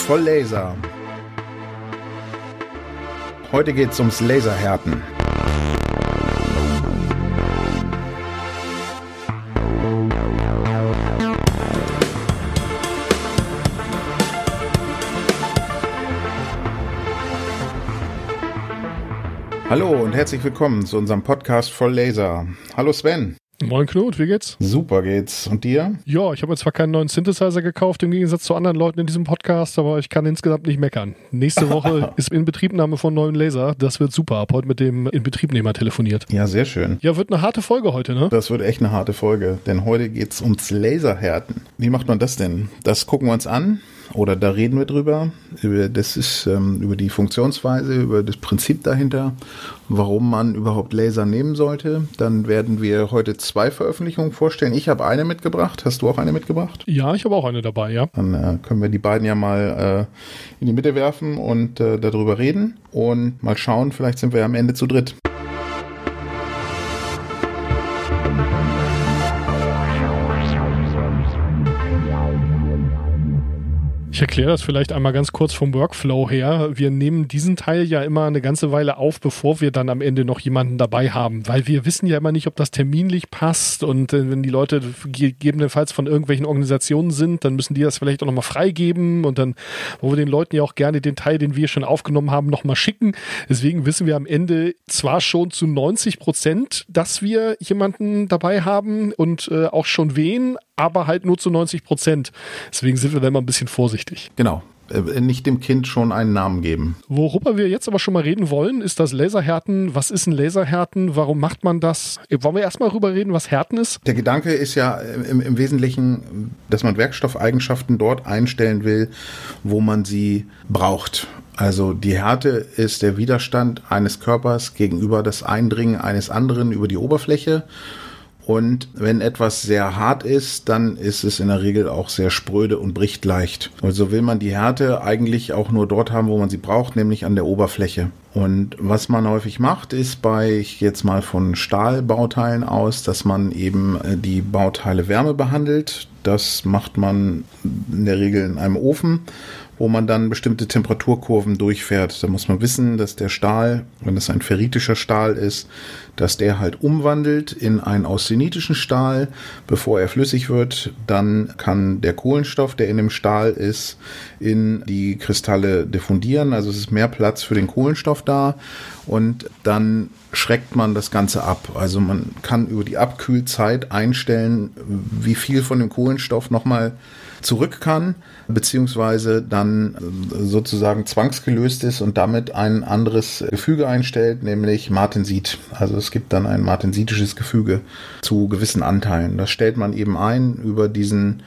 voll Laser. Heute geht's ums Laserhärten. Hallo und herzlich willkommen zu unserem Podcast voll Laser. Hallo Sven. Moin Knut, wie geht's? Super geht's. Und dir? Ja, ich habe jetzt zwar keinen neuen Synthesizer gekauft, im Gegensatz zu anderen Leuten in diesem Podcast, aber ich kann insgesamt nicht meckern. Nächste Woche ist Inbetriebnahme von neuen Laser. Das wird super. Hab heute mit dem Inbetriebnehmer telefoniert. Ja, sehr schön. Ja, wird eine harte Folge heute, ne? Das wird echt eine harte Folge, denn heute geht's ums Laserhärten. Wie macht man das denn? Das gucken wir uns an. Oder da reden wir drüber. Das ist über die Funktionsweise, über das Prinzip dahinter, warum man überhaupt Laser nehmen sollte. Dann werden wir heute 2 Veröffentlichungen vorstellen. Ich habe eine mitgebracht. Hast du auch eine mitgebracht? Ja, ich habe auch eine dabei, ja. Dann können wir die beiden ja mal in die Mitte werfen und darüber reden. Und mal schauen, vielleicht sind wir ja am Ende zu dritt. Ich erkläre das vielleicht einmal ganz kurz vom Workflow her. Wir nehmen diesen Teil ja immer eine ganze Weile auf, bevor wir dann am Ende noch jemanden dabei haben, weil wir wissen ja immer nicht, ob das terminlich passt und wenn die Leute gegebenenfalls von irgendwelchen Organisationen sind, dann müssen die das vielleicht auch nochmal freigeben und dann wollen wir den Leuten ja auch gerne den Teil, den wir schon aufgenommen haben, nochmal schicken. Deswegen wissen wir am Ende zwar schon zu 90%, dass wir jemanden dabei haben und auch schon wen, aber halt nur zu 90%. Deswegen sind wir da immer ein bisschen vorsichtig. Genau. Nicht dem Kind schon einen Namen geben. Worüber wir jetzt aber schon mal reden wollen, ist das Laserhärten. Was ist ein Laserhärten? Warum macht man das? Wollen wir erstmal darüber reden, was Härten ist? Der Gedanke ist ja im Wesentlichen, dass man Werkstoffeigenschaften dort einstellen will, wo man sie braucht. Also die Härte ist der Widerstand eines Körpers gegenüber das Eindringen eines anderen über die Oberfläche. Und wenn etwas sehr hart ist, dann ist es in der Regel auch sehr spröde und bricht leicht. Also will man die Härte eigentlich auch nur dort haben, wo man sie braucht, nämlich an der Oberfläche. Und was man häufig macht, ist ich gehe jetzt mal von Stahlbauteilen aus, dass man eben die Bauteile Wärme behandelt. Das macht man in der Regel in einem Ofen, wo man dann bestimmte Temperaturkurven durchfährt. Da muss man wissen, dass der Stahl, wenn es ein ferritischer Stahl ist, dass der halt umwandelt in einen austenitischen Stahl, bevor er flüssig wird. Dann kann der Kohlenstoff, der in dem Stahl ist, in die Kristalle diffundieren. Also es ist mehr Platz für den Kohlenstoff da und dann schreckt man das Ganze ab. Also man kann über die Abkühlzeit einstellen, wie viel von dem Kohlenstoff nochmal zurück kann, beziehungsweise dann sozusagen zwangsgelöst ist und damit ein anderes Gefüge einstellt, nämlich Martensit. Also es gibt dann ein martensitisches Gefüge zu gewissen Anteilen. Das stellt man eben ein über diesen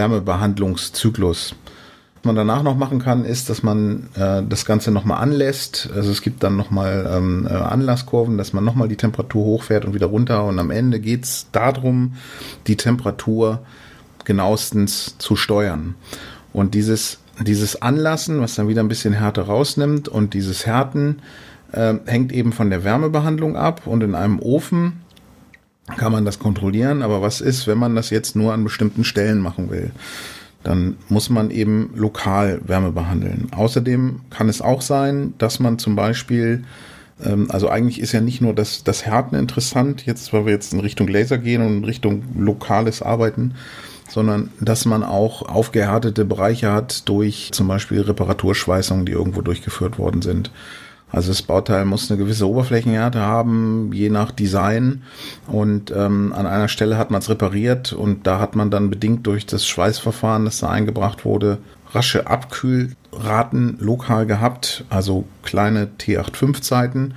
Wärmebehandlungszyklus. Was man danach noch machen kann, ist, dass man das Ganze nochmal anlässt. Also es gibt dann nochmal Anlasskurven, dass man nochmal die Temperatur hochfährt und wieder runter. Und am Ende geht es darum, die Temperatur genauestens zu steuern. Und dieses Anlassen, was dann wieder ein bisschen Härte rausnimmt und dieses Härten hängt eben von der Wärmebehandlung ab. Und in einem Ofen kann man das kontrollieren. Aber was ist, wenn man das jetzt nur an bestimmten Stellen machen will? Dann muss man eben lokal Wärme behandeln. Außerdem kann es auch sein, dass man zum Beispiel, also eigentlich ist ja nicht nur das Härten interessant, jetzt, weil wir jetzt in Richtung Laser gehen und in Richtung lokales Arbeiten, sondern dass man auch aufgehärtete Bereiche hat durch zum Beispiel Reparaturschweißungen, die irgendwo durchgeführt worden sind. Also das Bauteil muss eine gewisse Oberflächenhärte haben, je nach Design. Und an einer Stelle hat man es repariert und da hat man dann bedingt durch das Schweißverfahren, das da eingebracht wurde, rasche Abkühlraten lokal gehabt, also kleine T8-5-Zeiten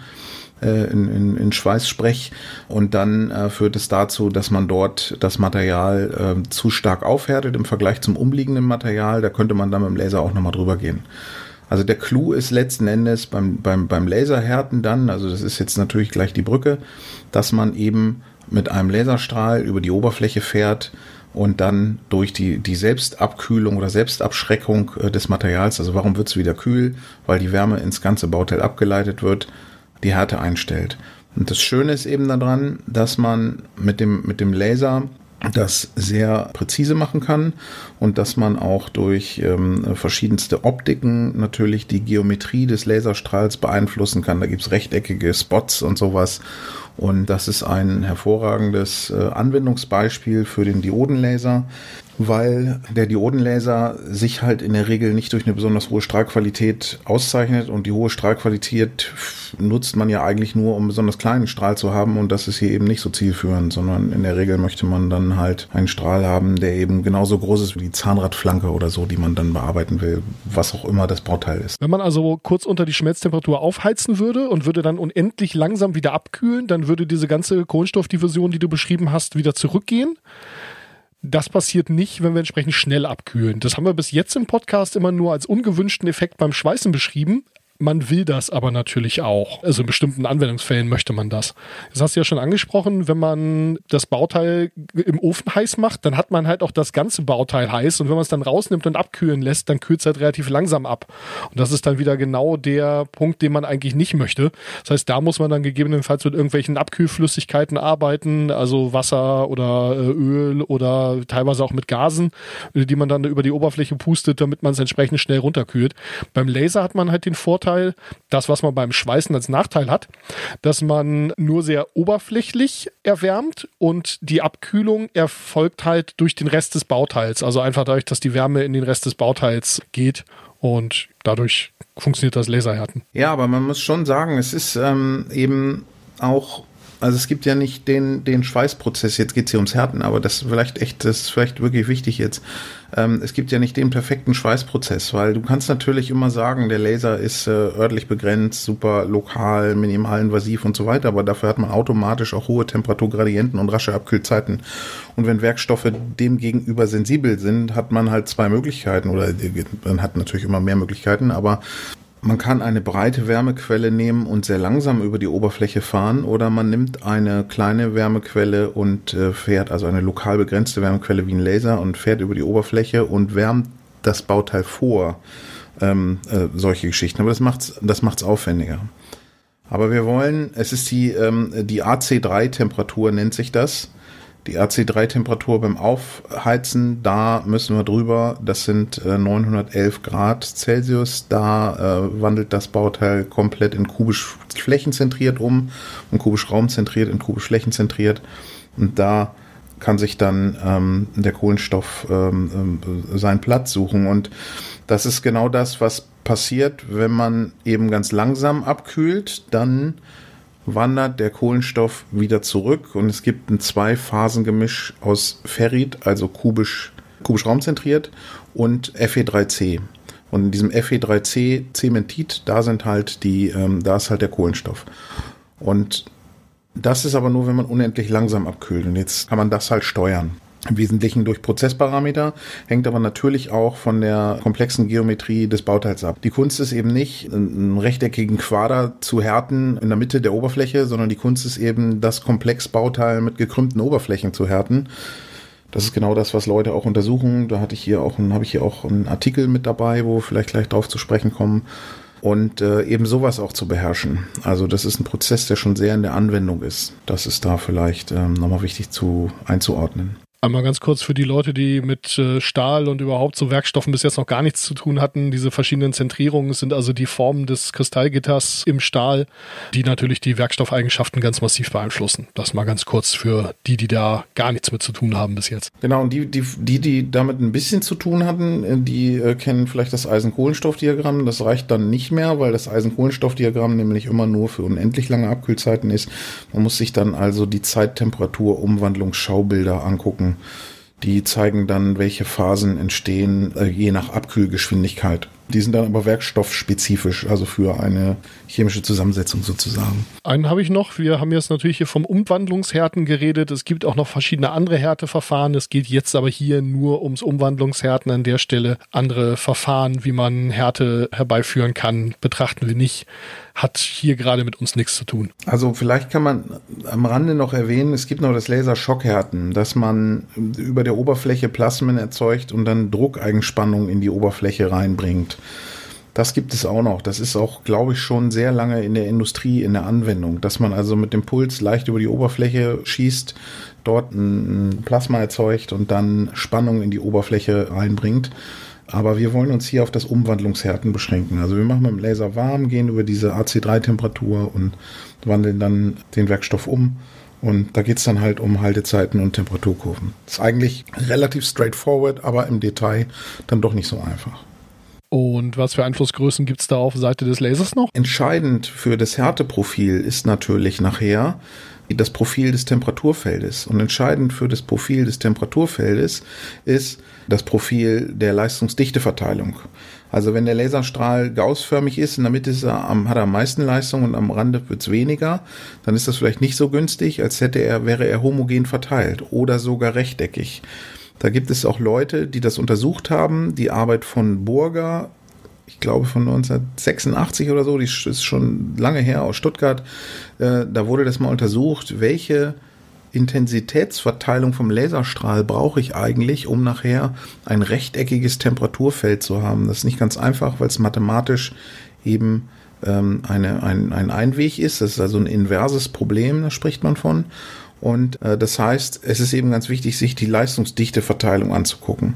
in Schweißsprech. Und dann führt es dazu, dass man dort das Material zu stark aufhärtet im Vergleich zum umliegenden Material. Da könnte man dann mit dem Laser auch nochmal drüber gehen. Also der Clou ist letzten Endes beim Laserhärten dann, also das ist jetzt natürlich gleich die Brücke, dass man eben mit einem Laserstrahl über die Oberfläche fährt und dann durch die Selbstabkühlung oder Selbstabschreckung des Materials, also warum wird es wieder kühl? Weil die Wärme ins ganze Bauteil abgeleitet wird, die Härte einstellt. Und das Schöne ist eben daran, dass man mit dem Laser das sehr präzise machen kann und dass man auch durch verschiedenste Optiken natürlich die Geometrie des Laserstrahls beeinflussen kann. Da gibt es rechteckige Spots und sowas. Und das ist ein hervorragendes Anwendungsbeispiel für den Diodenlaser, weil der Diodenlaser sich halt in der Regel nicht durch eine besonders hohe Strahlqualität auszeichnet, und die hohe Strahlqualität nutzt man ja eigentlich nur, um einen besonders kleinen Strahl zu haben, und das ist hier eben nicht so zielführend, sondern in der Regel möchte man dann halt einen Strahl haben, der eben genauso groß ist wie die Zahnradflanke oder so, die man dann bearbeiten will, was auch immer das Bauteil ist. Wenn man also kurz unter die Schmelztemperatur aufheizen würde und würde dann unendlich langsam wieder abkühlen, dann würde diese ganze Kohlenstoffdiffusion, die du beschrieben hast, wieder zurückgehen. Das passiert nicht, wenn wir entsprechend schnell abkühlen. Das haben wir bis jetzt im Podcast immer nur als ungewünschten Effekt beim Schweißen beschrieben. Man will das aber natürlich auch. Also in bestimmten Anwendungsfällen möchte man das. Das hast du ja schon angesprochen, wenn man das Bauteil im Ofen heiß macht, dann hat man halt auch das ganze Bauteil heiß, und wenn man es dann rausnimmt und abkühlen lässt, dann kühlt es halt relativ langsam ab. Und das ist dann wieder genau der Punkt, den man eigentlich nicht möchte. Das heißt, da muss man dann gegebenenfalls mit irgendwelchen Abkühlflüssigkeiten arbeiten, also Wasser oder Öl oder teilweise auch mit Gasen, die man dann über die Oberfläche pustet, damit man es entsprechend schnell runterkühlt. Beim Laser hat man halt den Vorteil, das, was man beim Schweißen als Nachteil hat, dass man nur sehr oberflächlich erwärmt, und die Abkühlung erfolgt halt durch den Rest des Bauteils. Also einfach dadurch, dass die Wärme in den Rest des Bauteils geht, und dadurch funktioniert das Laserhärten. Ja, aber man muss schon sagen, es ist eben auch, also es gibt ja nicht den Schweißprozess, jetzt geht es hier ums Härten, aber das ist vielleicht wirklich wichtig jetzt. Es gibt ja nicht den perfekten Schweißprozess, weil du kannst natürlich immer sagen, der Laser ist örtlich begrenzt, super lokal, minimal invasiv und so weiter, aber dafür hat man automatisch auch hohe Temperaturgradienten und rasche Abkühlzeiten. Und wenn Werkstoffe dem gegenüber sensibel sind, hat man halt zwei Möglichkeiten, oder man hat natürlich immer mehr Möglichkeiten, aber man kann eine breite Wärmequelle nehmen und sehr langsam über die Oberfläche fahren, oder man nimmt eine kleine Wärmequelle und fährt, also eine lokal begrenzte Wärmequelle wie ein Laser, und fährt über die Oberfläche und wärmt das Bauteil vor. Solche Geschichten. Aber das macht's aufwendiger. Aber wir wollen, es ist die AC3-Temperatur, nennt sich das. Die AC3-Temperatur beim Aufheizen, da müssen wir drüber, das sind 911 Grad Celsius, da wandelt das Bauteil komplett in kubisch flächenzentriert um, und kubisch raumzentriert in kubisch flächenzentriert, und da kann sich dann der Kohlenstoff seinen Platz suchen, und das ist genau das, was passiert, wenn man eben ganz langsam abkühlt, dann wandert der Kohlenstoff wieder zurück, und es gibt ein Zwei-Phasen-Gemisch aus Ferrit, also kubisch raumzentriert, und Fe3C. Und in diesem Fe3C Zementit, da ist halt der Kohlenstoff. Und das ist aber nur, wenn man unendlich langsam abkühlt. Und jetzt kann man das halt steuern. Im Wesentlichen durch Prozessparameter, hängt aber natürlich auch von der komplexen Geometrie des Bauteils ab. Die Kunst ist eben nicht, einen rechteckigen Quader zu härten in der Mitte der Oberfläche, sondern die Kunst ist eben, das Komplexbauteil mit gekrümmten Oberflächen zu härten. Das ist genau das, was Leute auch untersuchen. Da habe ich hier auch einen Artikel mit dabei, wo wir vielleicht gleich drauf zu sprechen kommen. Und eben sowas auch zu beherrschen. Also das ist ein Prozess, der schon sehr in der Anwendung ist. Das ist da vielleicht nochmal wichtig einzuordnen. Einmal ganz kurz für die Leute, die mit Stahl und überhaupt so Werkstoffen bis jetzt noch gar nichts zu tun hatten. Diese verschiedenen Zentrierungen sind also die Formen des Kristallgitters im Stahl, die natürlich die Werkstoffeigenschaften ganz massiv beeinflussen. Das mal ganz kurz für die da gar nichts mit zu tun haben bis jetzt. Genau, und die damit ein bisschen zu tun hatten, die kennen vielleicht das Eisen-Kohlenstoff-Diagramm. Das reicht dann nicht mehr, weil das Eisen-Kohlenstoff-Diagramm nämlich immer nur für unendlich lange Abkühlzeiten ist. Man muss sich dann also die Zeittemperatur-Umwandlungsschaubilder angucken. Die zeigen dann, welche Phasen entstehen, je nach Abkühlgeschwindigkeit. Die sind dann aber werkstoffspezifisch, also für eine chemische Zusammensetzung sozusagen. Einen habe ich noch. Wir haben jetzt natürlich hier vom Umwandlungshärten geredet. Es gibt auch noch verschiedene andere Härteverfahren. Es geht jetzt aber hier nur ums Umwandlungshärten an der Stelle. Andere Verfahren, wie man Härte herbeiführen kann, betrachten wir nicht. Hat hier gerade mit uns nichts zu tun. Also vielleicht kann man am Rande noch erwähnen, es gibt noch das Laserschockhärten, dass man über der Oberfläche Plasmen erzeugt und dann Druckeigenspannung in die Oberfläche reinbringt. Das gibt es auch noch. Das ist auch, glaube ich, schon sehr lange in der Industrie, in der Anwendung, dass man also mit dem Puls leicht über die Oberfläche schießt, dort ein Plasma erzeugt und dann Spannung in die Oberfläche reinbringt. Aber wir wollen uns hier auf das Umwandlungshärten beschränken. Also wir machen mit dem Laser warm, gehen über diese AC3-Temperatur und wandeln dann den Werkstoff um. Und da geht es dann halt um Haltezeiten und Temperaturkurven. Ist eigentlich relativ straightforward, aber im Detail dann doch nicht so einfach. Und was für Einflussgrößen gibt es da auf Seite des Lasers noch? Entscheidend für das Härteprofil ist natürlich nachher das Profil des Temperaturfeldes. Und entscheidend für das Profil des Temperaturfeldes ist das Profil der Leistungsdichteverteilung. Also wenn der Laserstrahl gaußförmig ist, in der Mitte hat er am meisten Leistung und am Rande wird es weniger, dann ist das vielleicht nicht so günstig, als wäre er homogen verteilt oder sogar rechteckig. Da gibt es auch Leute, die das untersucht haben. Die Arbeit von Burger, ich glaube von 1986 oder so, die ist schon lange her, aus Stuttgart. Da wurde das mal untersucht, welche Intensitätsverteilung vom Laserstrahl brauche ich eigentlich, um nachher ein rechteckiges Temperaturfeld zu haben. Das ist nicht ganz einfach, weil es mathematisch eben ein Einweg ist. Das ist also ein inverses Problem, da spricht man von. Und das heißt, es ist eben ganz wichtig, sich die Leistungsdichteverteilung anzugucken.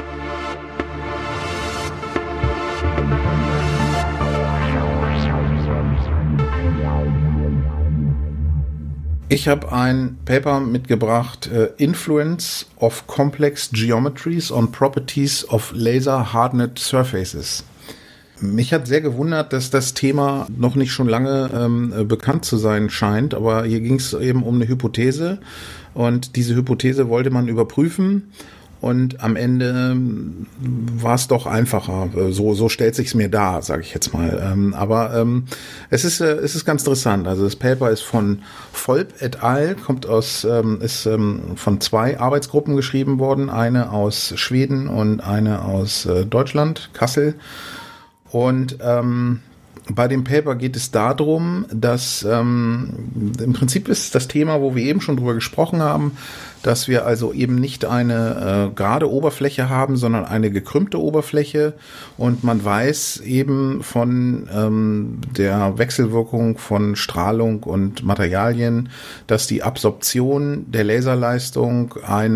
Ich habe ein Paper mitgebracht, Influence of Complex Geometries on Properties of Laser Hardened Surfaces. Mich hat sehr gewundert, dass das Thema noch nicht schon lange bekannt zu sein scheint, aber hier ging es eben um eine Hypothese und diese Hypothese wollte man überprüfen. Und am Ende war es doch einfacher. So stellt sich's mir dar, sage ich jetzt mal. Aber es ist ganz interessant. Also das Paper ist von Volp et al., ist von 2 Arbeitsgruppen geschrieben worden. Eine aus Schweden und eine aus Deutschland, Kassel. Und bei dem Paper geht es darum, dass im Prinzip ist das Thema, wo wir eben schon drüber gesprochen haben, dass wir also eben nicht eine gerade Oberfläche haben, sondern eine gekrümmte Oberfläche. Und man weiß eben von der Wechselwirkung von Strahlung und Materialien, dass die Absorption der Laserleistung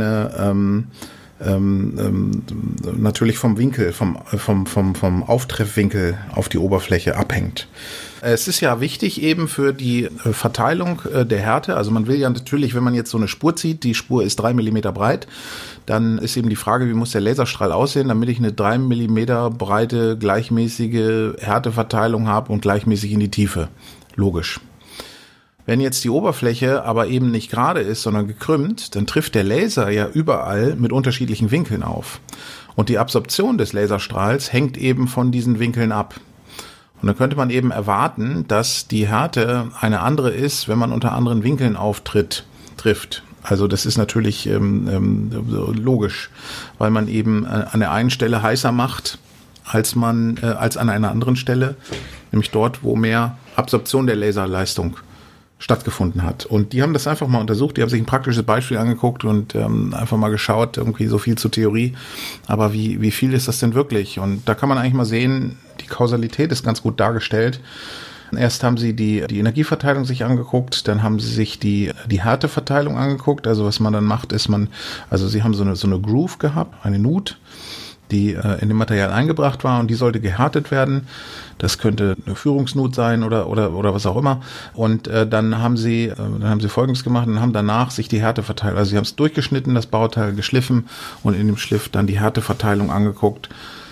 natürlich vom Winkel, vom Auftreffwinkel auf die Oberfläche abhängt. Es ist ja wichtig eben für die Verteilung der Härte, also man will ja natürlich, wenn man jetzt so eine Spur zieht, die Spur ist 3 Millimeter breit, dann ist eben die Frage, wie muss der Laserstrahl aussehen, damit ich eine 3 Millimeter breite, gleichmäßige Härteverteilung habe und gleichmäßig in die Tiefe. Logisch. Wenn jetzt die Oberfläche aber eben nicht gerade ist, sondern gekrümmt, dann trifft der Laser ja überall mit unterschiedlichen Winkeln auf. Und die Absorption des Laserstrahls hängt eben von diesen Winkeln ab. Und dann könnte man eben erwarten, dass die Härte eine andere ist, wenn man unter anderen Winkeln trifft. Also das ist natürlich logisch, weil man eben an der einen Stelle heißer macht, als an einer anderen Stelle, nämlich dort, wo mehr Absorption der Laserleistung stattgefunden hat. Und die haben das einfach mal untersucht, die haben sich ein praktisches Beispiel angeguckt und einfach mal geschaut, irgendwie so viel zur Theorie, aber wie viel ist das denn wirklich? Und da kann man eigentlich mal sehen, die Kausalität ist ganz gut dargestellt. Erst haben sie die Energieverteilung sich angeguckt, dann haben sie sich die Härteverteilung angeguckt. Also was man dann macht, ist sie haben so eine Groove gehabt, eine Nut, die in dem Material eingebracht war und die sollte gehärtet werden. Das könnte eine Führungsnut sein oder was auch immer. Und dann haben sie Folgendes gemacht und haben danach sich die Härte verteilt. Also sie haben es durchgeschnitten, das Bauteil geschliffen und in dem Schliff dann die Härteverteilung angeguckt,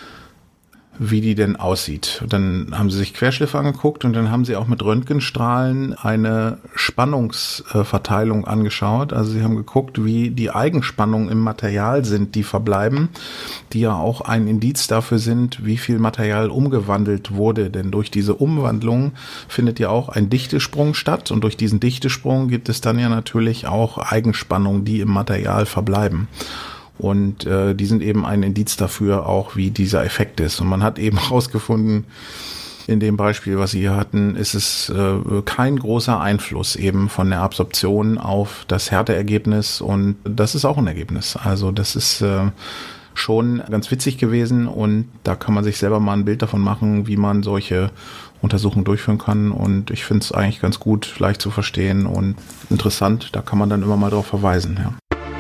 wie die denn aussieht. Und dann haben sie sich Querschliffe angeguckt und dann haben sie auch mit Röntgenstrahlen eine Spannungsverteilung angeschaut. Also sie haben geguckt, wie die Eigenspannungen im Material sind, die verbleiben, die ja auch ein Indiz dafür sind, wie viel Material umgewandelt wurde. Denn durch diese Umwandlung findet ja auch ein Dichtesprung statt und durch diesen Dichtesprung gibt es dann ja natürlich auch Eigenspannungen, die im Material verbleiben. Und die sind eben ein Indiz dafür auch, wie dieser Effekt ist. Und man hat eben herausgefunden, in dem Beispiel, was Sie hier hatten, ist es kein großer Einfluss eben von der Absorption auf das Härteergebnis. Und das ist auch ein Ergebnis. Also das ist schon ganz witzig gewesen und da kann man sich selber mal ein Bild davon machen, wie man solche Untersuchungen durchführen kann und ich finde es eigentlich ganz gut, leicht zu verstehen und interessant, da kann man dann immer mal drauf verweisen, ja.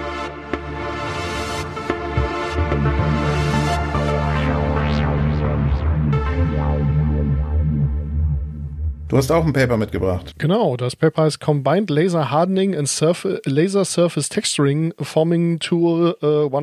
Du hast auch ein Paper mitgebracht. Genau, das Paper heißt Combined Laser Hardening and Laser Surface Texturing Forming Tool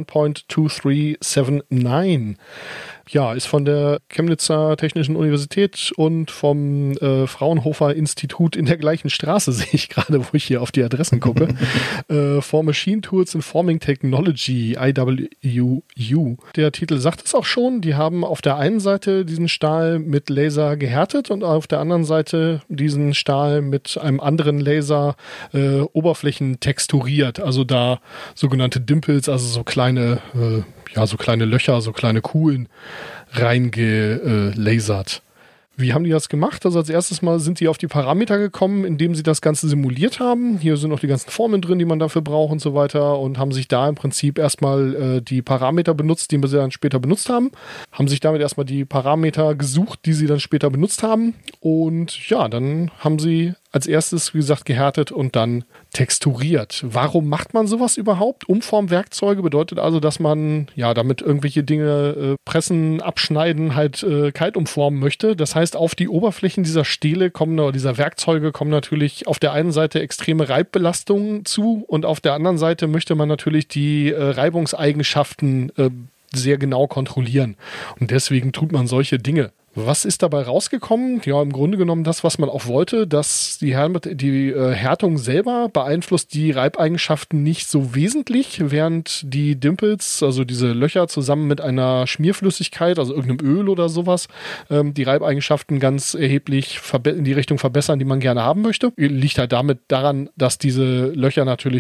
1.2379. Ja, ist von der Chemnitzer Technischen Universität und vom Fraunhofer Institut in der gleichen Straße, sehe ich gerade, wo ich hier auf die Adressen gucke. For Machine Tools and Forming Technology, IWU. Der Titel sagt es auch schon, die haben auf der einen Seite diesen Stahl mit Laser gehärtet und auf der anderen Seite diesen Stahl mit einem anderen Laser Oberflächen texturiert. Also da sogenannte Dimples, also so kleine Löcher, so kleine Kuhlen reingelasert. Wie haben die das gemacht? Also als erstes Mal sind die auf die Parameter gekommen, indem sie das Ganze simuliert haben. Hier sind noch die ganzen Formeln drin, die man dafür braucht und so weiter und haben sich da im Prinzip erstmal die Parameter benutzt, die sie dann später benutzt haben. Haben sich damit erstmal die Parameter gesucht, die sie dann später benutzt haben. Und ja, dann haben sie als erstes, wie gesagt, gehärtet und dann texturiert. Warum macht man sowas überhaupt? Umformwerkzeuge bedeutet also, dass man ja damit irgendwelche Dinge pressen, abschneiden, halt kalt umformen möchte. Das heißt, auf die Oberflächen dieser Stähle dieser Werkzeuge kommen natürlich auf der einen Seite extreme Reibbelastungen zu und auf der anderen Seite möchte man natürlich die Reibungseigenschaften sehr genau kontrollieren. Und deswegen tut man solche Dinge. Was ist dabei rausgekommen? Ja, im Grunde genommen das, was man auch wollte, dass die Härtung selber beeinflusst die Reibeigenschaften nicht so wesentlich, während die Dimples, also diese Löcher zusammen mit einer Schmierflüssigkeit, also irgendeinem Öl oder sowas, die Reibeigenschaften ganz erheblich in die Richtung verbessern, die man gerne haben möchte. Liegt halt damit daran, dass diese Löcher natürlich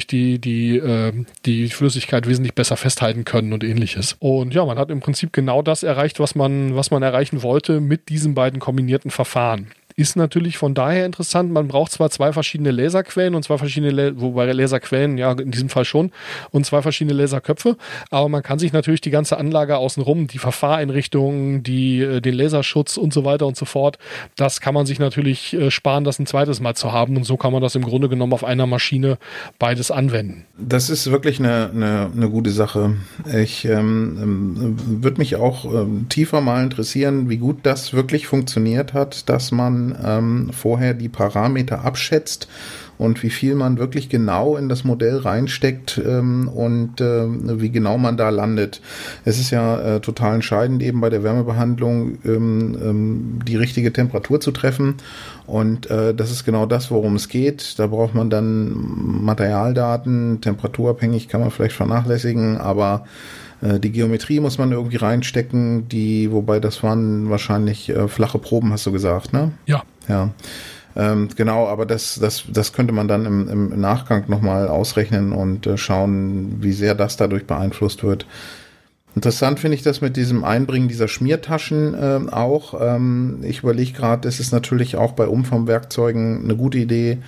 die Flüssigkeit wesentlich besser festhalten können und ähnliches. Und ja, man hat im Prinzip genau das erreicht, was man erreichen wollte mit diesen beiden kombinierten Verfahren. Ist natürlich von daher interessant, man braucht zwar zwei verschiedene Laserquellen und zwei verschiedene, wobei Laserquellen, ja in diesem Fall schon, und zwei verschiedene Laserköpfe, aber man kann sich natürlich die ganze Anlage außenrum, die Verfahreinrichtungen, den Laserschutz und so weiter und so fort, das kann man sich natürlich sparen, das ein zweites Mal zu haben und so kann man das im Grunde genommen auf einer Maschine beides anwenden. Das ist wirklich eine gute Sache. Ich würde mich auch tiefer mal interessieren, wie gut das wirklich funktioniert hat, dass man vorher die Parameter abschätzt und wie viel man wirklich genau in das Modell reinsteckt und wie genau man da landet. Es ist ja total entscheidend, eben bei der Wärmebehandlung die richtige Temperatur zu treffen und das ist genau das, worum es geht. Da braucht man dann Materialdaten, temperaturabhängig kann man vielleicht vernachlässigen, aber die Geometrie muss man irgendwie reinstecken, wobei das waren wahrscheinlich flache Proben, hast du gesagt, ne? Ja. Ja. Genau, aber das könnte man dann im Nachgang nochmal ausrechnen und schauen, wie sehr das dadurch beeinflusst wird. Interessant finde ich das mit diesem Einbringen dieser Schmiertaschen auch. Ich überlege gerade, es ist natürlich auch bei Umformwerkzeugen eine gute Idee,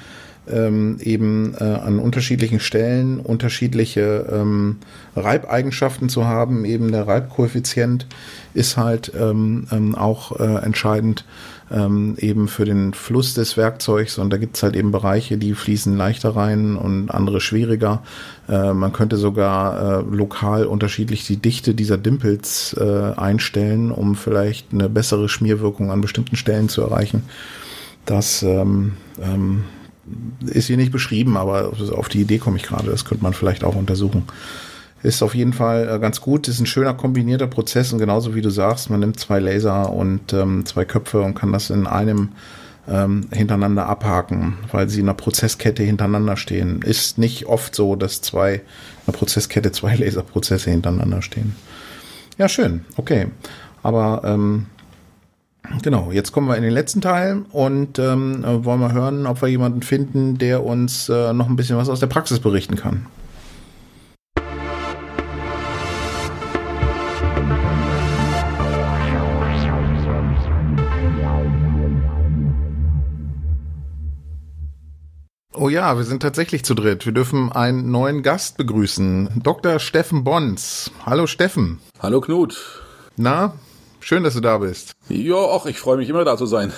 an unterschiedlichen Stellen unterschiedliche Reibeigenschaften zu haben. Eben der Reibkoeffizient ist halt auch entscheidend eben für den Fluss des Werkzeugs und da gibt es halt eben Bereiche, die fließen leichter rein und andere schwieriger. Man könnte sogar lokal unterschiedlich die Dichte dieser Dimples einstellen, um vielleicht eine bessere Schmierwirkung an bestimmten Stellen zu erreichen. Das ist hier nicht beschrieben, aber auf die Idee komme ich gerade. Das könnte man vielleicht auch untersuchen. Ist auf jeden Fall ganz gut. Ist ein schöner kombinierter Prozess und genauso wie du sagst, man nimmt zwei Laser und zwei Köpfe und kann das in einem hintereinander abhaken, weil sie in einer Prozesskette hintereinander stehen. Ist nicht oft so, dass in einer Prozesskette zwei Laserprozesse hintereinander stehen. Ja, schön. Okay. Aber genau, jetzt kommen wir in den letzten Teil und wollen wir hören, ob wir jemanden finden, der uns noch ein bisschen was aus der Praxis berichten kann. Oh ja, wir sind tatsächlich zu dritt. Wir dürfen einen neuen Gast begrüßen. Dr. Steffen Bons. Hallo Steffen. Hallo Knut. Na, schön, dass du da bist. Ja, auch ich freue mich immer da zu sein.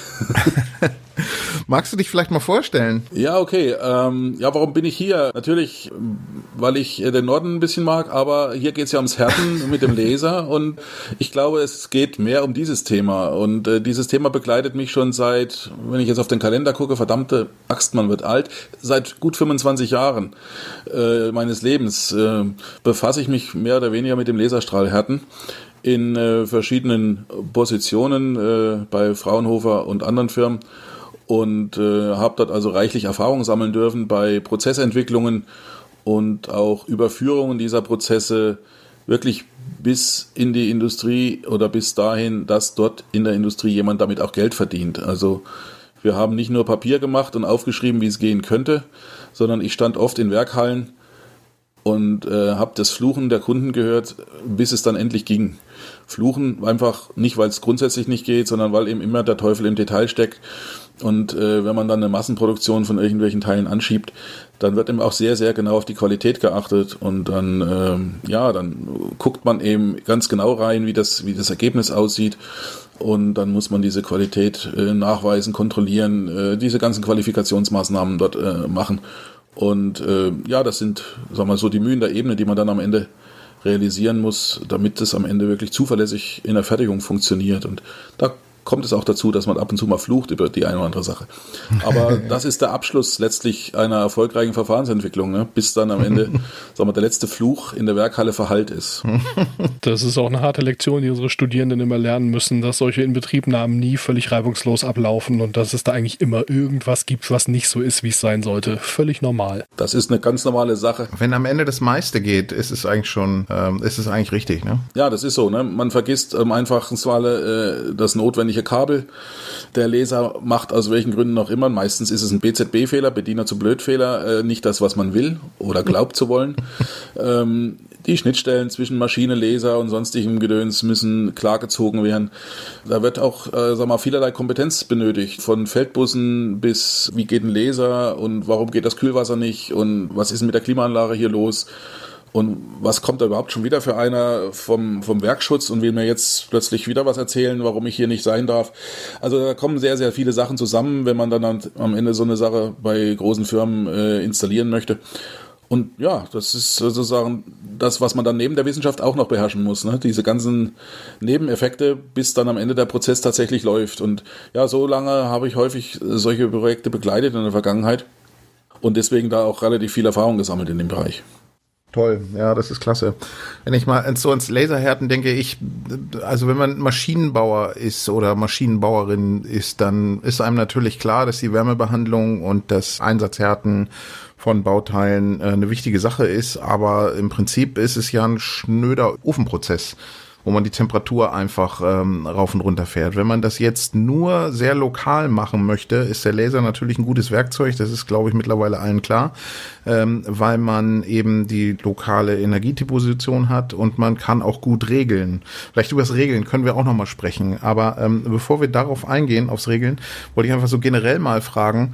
Magst du dich vielleicht mal vorstellen? Ja, okay. Warum bin ich hier? Natürlich, weil ich den Norden ein bisschen mag, aber hier geht es ja ums Härten mit dem Laser und ich glaube, es geht mehr um dieses Thema und dieses Thema begleitet mich schon seit, wenn ich jetzt auf den Kalender gucke, verdammte Axt, man wird alt, seit gut 25 Jahren meines Lebens befasse ich mich mehr oder weniger mit dem Laserstrahlhärten in verschiedenen Positionen bei Fraunhofer und anderen Firmen. Und habe dort also reichlich Erfahrung sammeln dürfen bei Prozessentwicklungen und auch Überführungen dieser Prozesse wirklich bis in die Industrie oder bis dahin, dass dort in der Industrie jemand damit auch Geld verdient. Also wir haben nicht nur Papier gemacht und aufgeschrieben, wie es gehen könnte, sondern ich stand oft in Werkhallen und habe das Fluchen der Kunden gehört, bis es dann endlich ging. Fluchen einfach nicht, weil es grundsätzlich nicht geht, sondern weil eben immer der Teufel im Detail steckt. Und wenn man dann eine Massenproduktion von irgendwelchen Teilen anschiebt, dann wird eben auch sehr, sehr genau auf die Qualität geachtet und dann, dann guckt man eben ganz genau rein, wie das Ergebnis aussieht und dann muss man diese Qualität nachweisen, kontrollieren, diese ganzen Qualifikationsmaßnahmen dort machen. Und das sind, sagen wir mal so, die Mühen der Ebene, die man dann am Ende realisieren muss, damit es am Ende wirklich zuverlässig in der Fertigung funktioniert. Und da kommt es auch dazu, dass man ab und zu mal flucht über die eine oder andere Sache. Aber das ist der Abschluss letztlich einer erfolgreichen Verfahrensentwicklung, ne? Bis dann am Ende, sagen wir, der letzte Fluch in der Werkhalle verhallt ist. Das ist auch eine harte Lektion, die unsere Studierenden immer lernen müssen, dass solche Inbetriebnahmen nie völlig reibungslos ablaufen und dass es da eigentlich immer irgendwas gibt, was nicht so ist, wie es sein sollte. Völlig normal. Das ist eine ganz normale Sache. Wenn am Ende das meiste geht, ist es eigentlich schon, ist es eigentlich richtig, ne? Ja, das ist so, ne? Man vergisst im einfachen Falle das notwendige Kabel. Der Laser macht aus welchen Gründen auch immer, meistens ist es ein BZB-Fehler, Bediener zu Blöd-Fehler, nicht das, was man will oder glaubt zu wollen. Die Schnittstellen zwischen Maschine, Laser und sonstigem Gedöns müssen klargezogen werden. Da wird auch, vielerlei Kompetenz benötigt. Von Feldbussen bis wie geht ein Laser und warum geht das Kühlwasser nicht und was ist mit der Klimaanlage hier los? Und was kommt da überhaupt schon wieder für einer vom Werkschutz und will mir jetzt plötzlich wieder was erzählen, warum ich hier nicht sein darf? Also da kommen sehr, sehr viele Sachen zusammen, wenn man dann am Ende so eine Sache bei großen Firmen installieren möchte. Und ja, das ist sozusagen das, was man dann neben der Wissenschaft auch noch beherrschen muss, ne? Diese ganzen Nebeneffekte, bis dann am Ende der Prozess tatsächlich läuft. Und ja, so lange habe ich häufig solche Projekte begleitet in der Vergangenheit und deswegen da auch relativ viel Erfahrung gesammelt in dem Bereich. Toll, ja, das ist klasse. Wenn ich mal so ans Laserhärten denke, also wenn man Maschinenbauer ist oder Maschinenbauerin ist, dann ist einem natürlich klar, dass die Wärmebehandlung und das Einsatzhärten von Bauteilen eine wichtige Sache ist, aber im Prinzip ist es ja ein schnöder Ofenprozess, wo man die Temperatur einfach rauf und runter fährt. Wenn man das jetzt nur sehr lokal machen möchte, ist der Laser natürlich ein gutes Werkzeug, das ist, glaube ich, mittlerweile allen klar, weil man eben die lokale Energiedeposition hat und man kann auch gut regeln. Vielleicht über das Regeln können wir auch nochmal sprechen, aber bevor wir darauf eingehen, aufs Regeln, wollte ich einfach so generell mal fragen,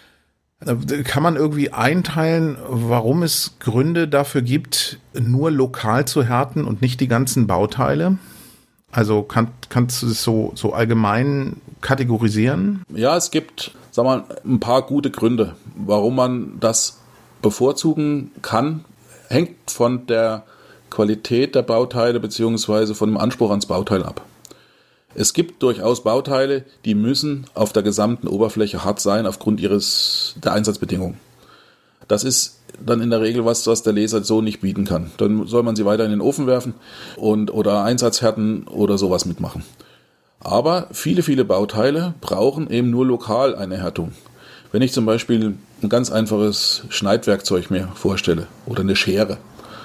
kann man irgendwie einteilen, warum es Gründe dafür gibt, nur lokal zu härten und nicht die ganzen Bauteile? Also kannst du das so allgemein kategorisieren? Ja, es gibt, ein paar gute Gründe, warum man das bevorzugen kann. Hängt von der Qualität der Bauteile beziehungsweise von dem Anspruch ans Bauteil ab. Es gibt durchaus Bauteile, die müssen auf der gesamten Oberfläche hart sein aufgrund der Einsatzbedingungen. Das ist dann in der Regel was der Laser so nicht bieten kann. Dann soll man sie weiter in den Ofen werfen oder Einsatzhärten oder sowas mitmachen. Aber viele, viele Bauteile brauchen eben nur lokal eine Härtung. Wenn ich zum Beispiel ein ganz einfaches Schneidwerkzeug mir vorstelle oder eine Schere,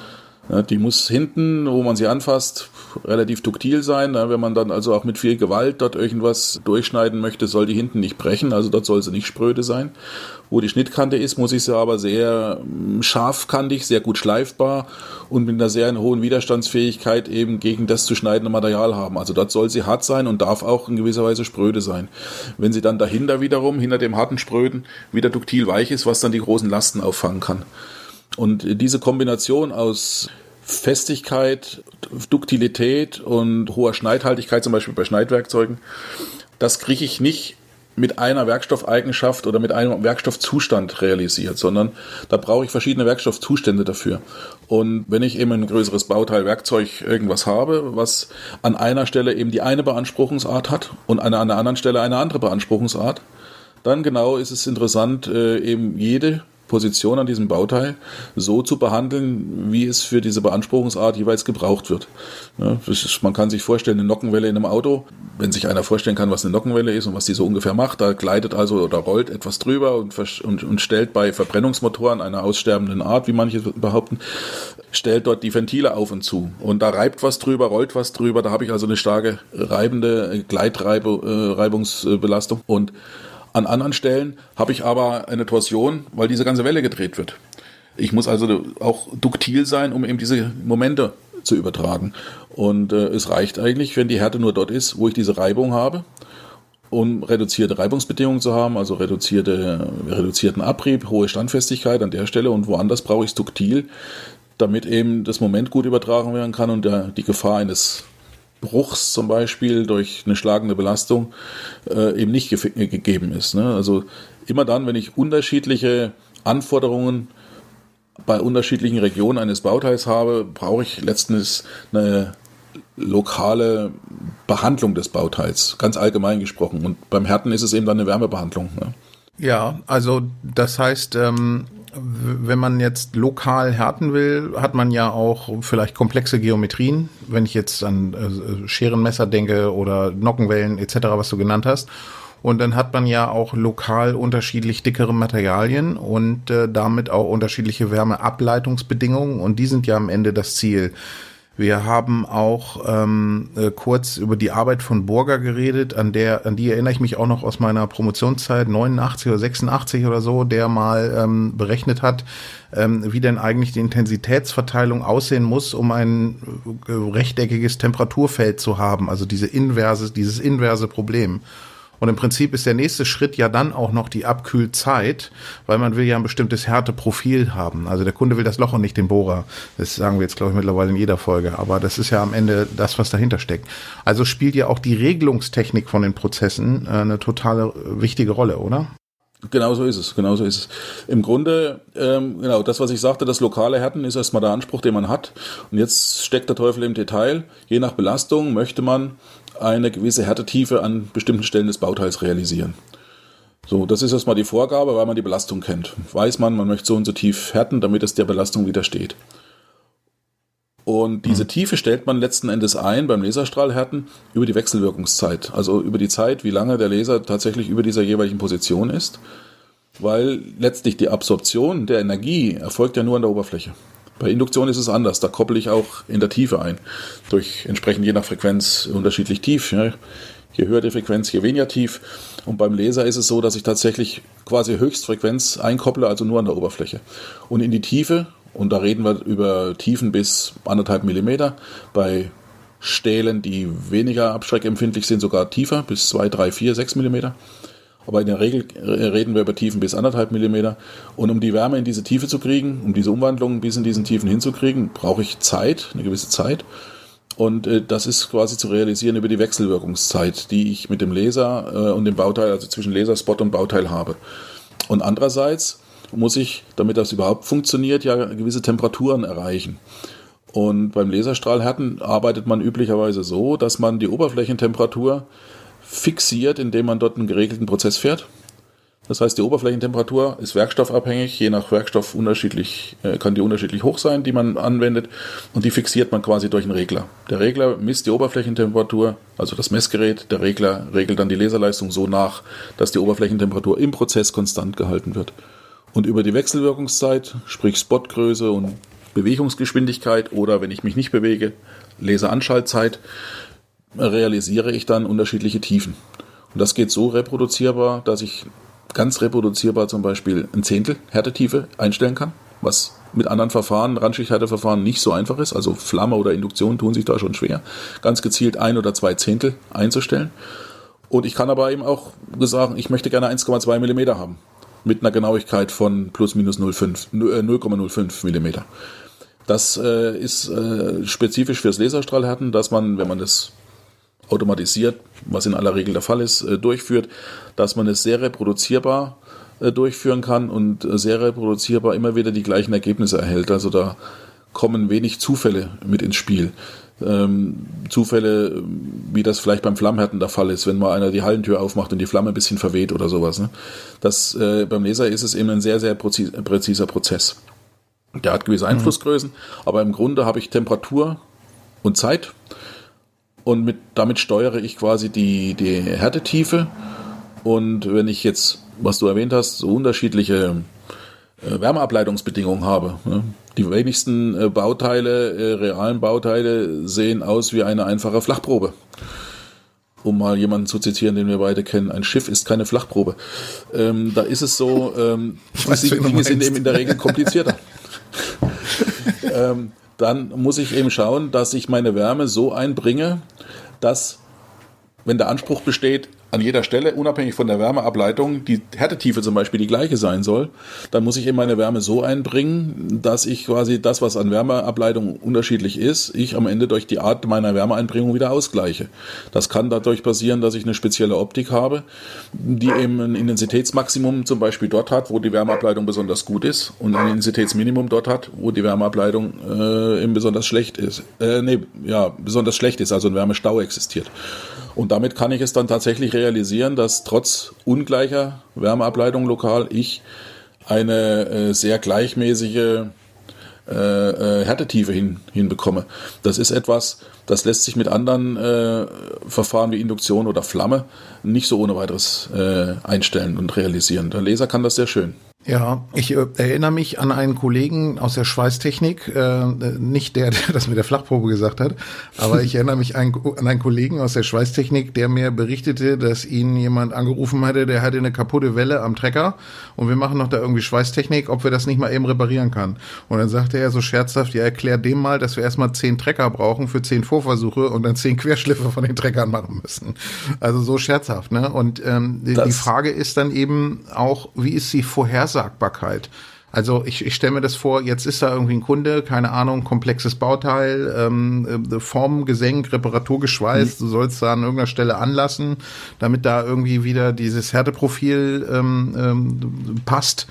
Ja, die muss hinten, wo man sie anfasst, relativ duktil sein. Ja, wenn man dann also auch mit viel Gewalt dort irgendwas durchschneiden möchte, soll die hinten nicht brechen, also dort soll sie nicht spröde sein. Wo die Schnittkante ist, muss ich sie aber sehr scharfkantig, sehr gut schleifbar und mit einer sehr hohen Widerstandsfähigkeit eben gegen das zu schneidende Material haben. Also dort soll sie hart sein und darf auch in gewisser Weise spröde sein. Wenn sie dann dahinter wiederum, hinter dem harten Spröden, wieder duktil weich ist, was dann die großen Lasten auffangen kann. Und diese Kombination aus Festigkeit, Duktilität und hoher Schneidhaltigkeit, zum Beispiel bei Schneidwerkzeugen, das kriege ich nicht mit einer Werkstoffeigenschaft oder mit einem Werkstoffzustand realisiert, sondern da brauche ich verschiedene Werkstoffzustände dafür. Und wenn ich eben ein größeres Bauteil, Werkzeug, irgendwas habe, was an einer Stelle eben die eine Beanspruchungsart hat und an einer anderen Stelle eine andere Beanspruchungsart, dann genau ist es interessant, eben jede Position an diesem Bauteil so zu behandeln, wie es für diese Beanspruchungsart jeweils gebraucht wird. Ja, man kann sich vorstellen, eine Nockenwelle in einem Auto, wenn sich einer vorstellen kann, was eine Nockenwelle ist und was die so ungefähr macht, da gleitet also oder rollt etwas drüber und stellt bei Verbrennungsmotoren einer aussterbenden Art, wie manche behaupten, stellt dort die Ventile auf und zu. Und da reibt was drüber, rollt was drüber, da habe ich also eine starke reibende Reibungsbelastung. Und an anderen Stellen habe ich aber eine Torsion, weil diese ganze Welle gedreht wird. Ich muss also auch duktil sein, um eben diese Momente zu übertragen. Und es reicht eigentlich, wenn die Härte nur dort ist, wo ich diese Reibung habe, um reduzierte Reibungsbedingungen zu haben, also reduzierten Abrieb, hohe Standfestigkeit an der Stelle, und woanders brauche ich es duktil, damit eben das Moment gut übertragen werden kann und die Gefahr eines Bruchs zum Beispiel durch eine schlagende Belastung eben nicht gegeben ist. Ne? Also immer dann, wenn ich unterschiedliche Anforderungen bei unterschiedlichen Regionen eines Bauteils habe, brauche ich letztens eine lokale Behandlung des Bauteils, ganz allgemein gesprochen. Und beim Härten ist es eben dann eine Wärmebehandlung. Ne? Ja, also das heißt, wenn man jetzt lokal härten will, hat man ja auch vielleicht komplexe Geometrien, wenn ich jetzt an Scherenmesser denke oder Nockenwellen etc., was du genannt hast. Und dann hat man ja auch lokal unterschiedlich dickere Materialien und damit auch unterschiedliche Wärmeableitungsbedingungen, und die sind ja am Ende das Ziel. Wir haben auch kurz über die Arbeit von Burger geredet, an die erinnere ich mich auch noch aus meiner Promotionszeit, 89 oder 86 oder so, der mal berechnet hat, wie denn eigentlich die Intensitätsverteilung aussehen muss, um ein rechteckiges Temperaturfeld zu haben, also dieses inverse Problem. Und im Prinzip ist der nächste Schritt ja dann auch noch die Abkühlzeit, weil man will ja ein bestimmtes Härteprofil haben. Also der Kunde will das Loch und nicht den Bohrer. Das sagen wir jetzt, glaube ich, mittlerweile in jeder Folge. Aber das ist ja am Ende das, was dahinter steckt. Also spielt ja auch die Regelungstechnik von den Prozessen eine totale wichtige Rolle, oder? Genau so ist es. Im Grunde, genau, das, was ich sagte, das lokale Härten ist erstmal der Anspruch, den man hat. Und jetzt steckt der Teufel im Detail. Je nach Belastung möchte man eine gewisse Härtetiefe an bestimmten Stellen des Bauteils realisieren. So, das ist erstmal die Vorgabe, weil man die Belastung kennt. Weiß man möchte so und so tief härten, damit es der Belastung widersteht. Und diese Tiefe stellt man letzten Endes ein beim Laserstrahlhärten über die Wechselwirkungszeit. Also über die Zeit, wie lange der Laser tatsächlich über dieser jeweiligen Position ist. Weil letztlich die Absorption der Energie erfolgt ja nur an der Oberfläche. Bei Induktion ist es anders, da koppel ich auch in der Tiefe ein. Durch entsprechend je nach Frequenz unterschiedlich tief. Ja. Je höher die Frequenz, je weniger tief. Und beim Laser ist es so, dass ich tatsächlich quasi Höchstfrequenz einkopple, also nur an der Oberfläche. Und in die Tiefe, und da reden wir über Tiefen bis 1,5 Millimeter, bei Stählen, die weniger abschreckempfindlich sind, sogar tiefer, bis 2, 3, 4, 6 Millimeter. Aber in der Regel reden wir über Tiefen bis 1,5 Millimeter. Und um die Wärme in diese Tiefe zu kriegen, um diese Umwandlung bis in diesen Tiefen hinzukriegen, brauche ich Zeit, eine gewisse Zeit. Und das ist quasi zu realisieren über die Wechselwirkungszeit, die ich mit dem Laser und dem Bauteil, also zwischen Laserspot und Bauteil habe. Und andererseits muss ich, damit das überhaupt funktioniert, ja gewisse Temperaturen erreichen. Und beim Laserstrahlhärten arbeitet man üblicherweise so, dass man die Oberflächentemperatur fixiert, indem man dort einen geregelten Prozess fährt. Das heißt, die Oberflächentemperatur ist werkstoffabhängig, je nach Werkstoff kann die unterschiedlich hoch sein, die man anwendet, und die fixiert man quasi durch einen Regler. Der Regler misst die Oberflächentemperatur, also das Messgerät, der Regler regelt dann die Laserleistung so nach, dass die Oberflächentemperatur im Prozess konstant gehalten wird. Und über die Wechselwirkungszeit, sprich Spotgröße und Bewegungsgeschwindigkeit oder wenn ich mich nicht bewege, Laseranschaltzeit, realisiere ich dann unterschiedliche Tiefen. Und das geht so reproduzierbar, dass ich ganz reproduzierbar zum Beispiel ein Zehntel Härtetiefe einstellen kann, was mit anderen Verfahren, Randschichthärteverfahren nicht so einfach ist. Also Flamme oder Induktion tun sich da schon schwer, ganz gezielt 1 oder 2 Zehntel einzustellen. Und ich kann aber eben auch sagen, ich möchte gerne 1,2 mm haben. Mit einer Genauigkeit von plus minus 0,05 mm. Das ist spezifisch fürs Laserstrahlhärten, dass man, wenn man das automatisiert, was in aller Regel der Fall ist, durchführt, dass man es sehr reproduzierbar durchführen kann und sehr reproduzierbar immer wieder die gleichen Ergebnisse erhält. Also da kommen wenig Zufälle mit ins Spiel. Zufälle, wie das vielleicht beim Flammhärten der Fall ist, wenn mal einer die Hallentür aufmacht und die Flamme ein bisschen verweht oder sowas. Ne? Das, beim Laser ist es eben ein sehr, sehr präziser Prozess. Der hat gewisse Einflussgrößen, aber im Grunde habe ich Temperatur und Zeit und damit steuere ich quasi die Härtetiefe. Und wenn ich jetzt, was du erwähnt hast, so unterschiedliche Wärmeableitungsbedingungen habe. Ne? Die wenigsten Bauteile, realen Bauteile sehen aus wie eine einfache Flachprobe. Um mal jemanden zu zitieren, den wir beide kennen. Ein Schiff ist keine Flachprobe. Da ist es so, die Dinge sind eben in der Regel komplizierter. Dann muss ich eben schauen, dass ich meine Wärme so einbringe, dass, wenn der Anspruch besteht, an jeder Stelle, unabhängig von der Wärmeableitung, die Härtetiefe zum Beispiel die gleiche sein soll, dann muss ich eben meine Wärme so einbringen, dass ich quasi das, was an Wärmeableitung unterschiedlich ist, ich am Ende durch die Art meiner Wärmeeinbringung wieder ausgleiche. Das kann dadurch passieren, dass ich eine spezielle Optik habe, die eben ein Intensitätsmaximum zum Beispiel dort hat, wo die Wärmeableitung besonders gut ist und ein Intensitätsminimum dort hat, wo die Wärmeableitung eben besonders schlecht ist. Besonders schlecht ist, also ein Wärmestau existiert. Und damit kann ich es dann tatsächlich realisieren, dass trotz ungleicher Wärmeableitung lokal ich eine sehr gleichmäßige Härtetiefe hinbekomme. Das ist etwas, das lässt sich mit anderen Verfahren wie Induktion oder Flamme nicht so ohne weiteres einstellen und realisieren. Der Laser kann das sehr schön. Ja, ich erinnere mich an einen Kollegen aus der Schweißtechnik, nicht der das mit der Flachprobe gesagt hat, aber ich erinnere mich an einen Kollegen aus der Schweißtechnik, der mir berichtete, dass ihn jemand angerufen hatte, der hatte eine kaputte Welle am Trecker und wir machen noch da irgendwie Schweißtechnik, ob wir das nicht mal eben reparieren kann. Und dann sagte er so scherzhaft, ja, erklär dem mal, dass wir erstmal 10 Trecker brauchen für 10 Vorversuche und dann 10 Querschliffe von den Treckern machen müssen. Also so scherzhaft, ne? Und die Frage ist dann eben auch, wie ist die Vorhersagbarkeit? Also ich stelle mir das vor, jetzt ist da irgendwie ein Kunde, keine Ahnung, komplexes Bauteil, Form, Gesenk, Reparatur geschweißt, du sollst da an irgendeiner Stelle anlassen, damit da irgendwie wieder dieses Härteprofil passt.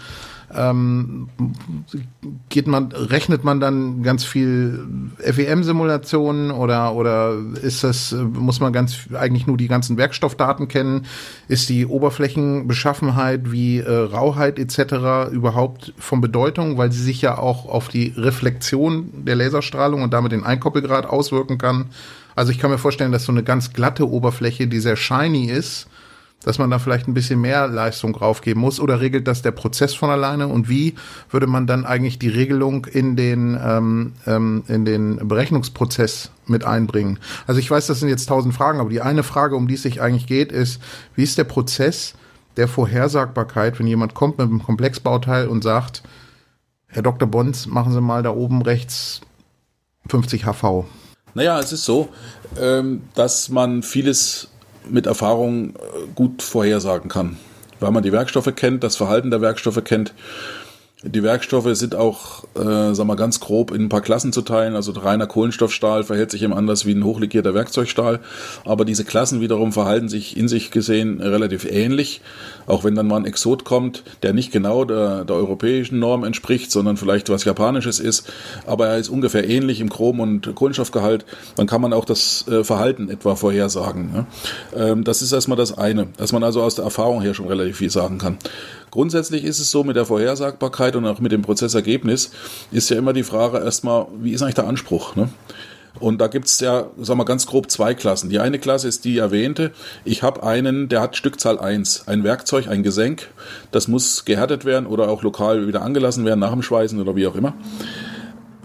Rechnet man dann ganz viel FEM-Simulationen oder ist das, muss man eigentlich nur die ganzen Werkstoffdaten kennen? Ist die Oberflächenbeschaffenheit wie Rauheit etc. überhaupt von Bedeutung, weil sie sich ja auch auf die Reflexion der Laserstrahlung und damit den Einkoppelgrad auswirken kann? Also ich kann mir vorstellen, dass so eine ganz glatte Oberfläche, die sehr shiny ist, dass man da vielleicht ein bisschen mehr Leistung draufgeben muss, oder regelt das der Prozess von alleine? Und wie würde man dann eigentlich die Regelung in den Berechnungsprozess mit einbringen? Also ich weiß, das sind jetzt 1000 Fragen, aber die eine Frage, um die es sich eigentlich geht, ist, wie ist der Prozess der Vorhersagbarkeit, wenn jemand kommt mit einem Komplexbauteil und sagt, Herr Dr. Bons, machen Sie mal da oben rechts 50 HV. Naja, es ist so, dass man vieles mit Erfahrung gut vorhersagen kann, weil man die Werkstoffe kennt, das Verhalten der Werkstoffe kennt. Die Werkstoffe sind auch, ganz grob in ein paar Klassen zu teilen. Also reiner Kohlenstoffstahl verhält sich eben anders wie ein hochlegierter Werkzeugstahl. Aber diese Klassen wiederum verhalten sich in sich gesehen relativ ähnlich. Auch wenn dann mal ein Exot kommt, der nicht genau der europäischen Norm entspricht, sondern vielleicht was Japanisches ist. Aber er ist ungefähr ähnlich im Chrom- und Kohlenstoffgehalt. Dann kann man auch das Verhalten etwa vorhersagen. Ne? Das ist erstmal das eine, dass man also aus der Erfahrung her schon relativ viel sagen kann. Grundsätzlich ist es so, mit der Vorhersagbarkeit und auch mit dem Prozessergebnis ist ja immer die Frage erstmal, wie ist eigentlich der Anspruch? Ne? Und da gibt es ja, ganz grob 2 Klassen. Die eine Klasse ist die erwähnte. Ich habe einen, der hat Stückzahl 1, ein Werkzeug, ein Gesenk. Das muss gehärtet werden oder auch lokal wieder angelassen werden nach dem Schweißen oder wie auch immer.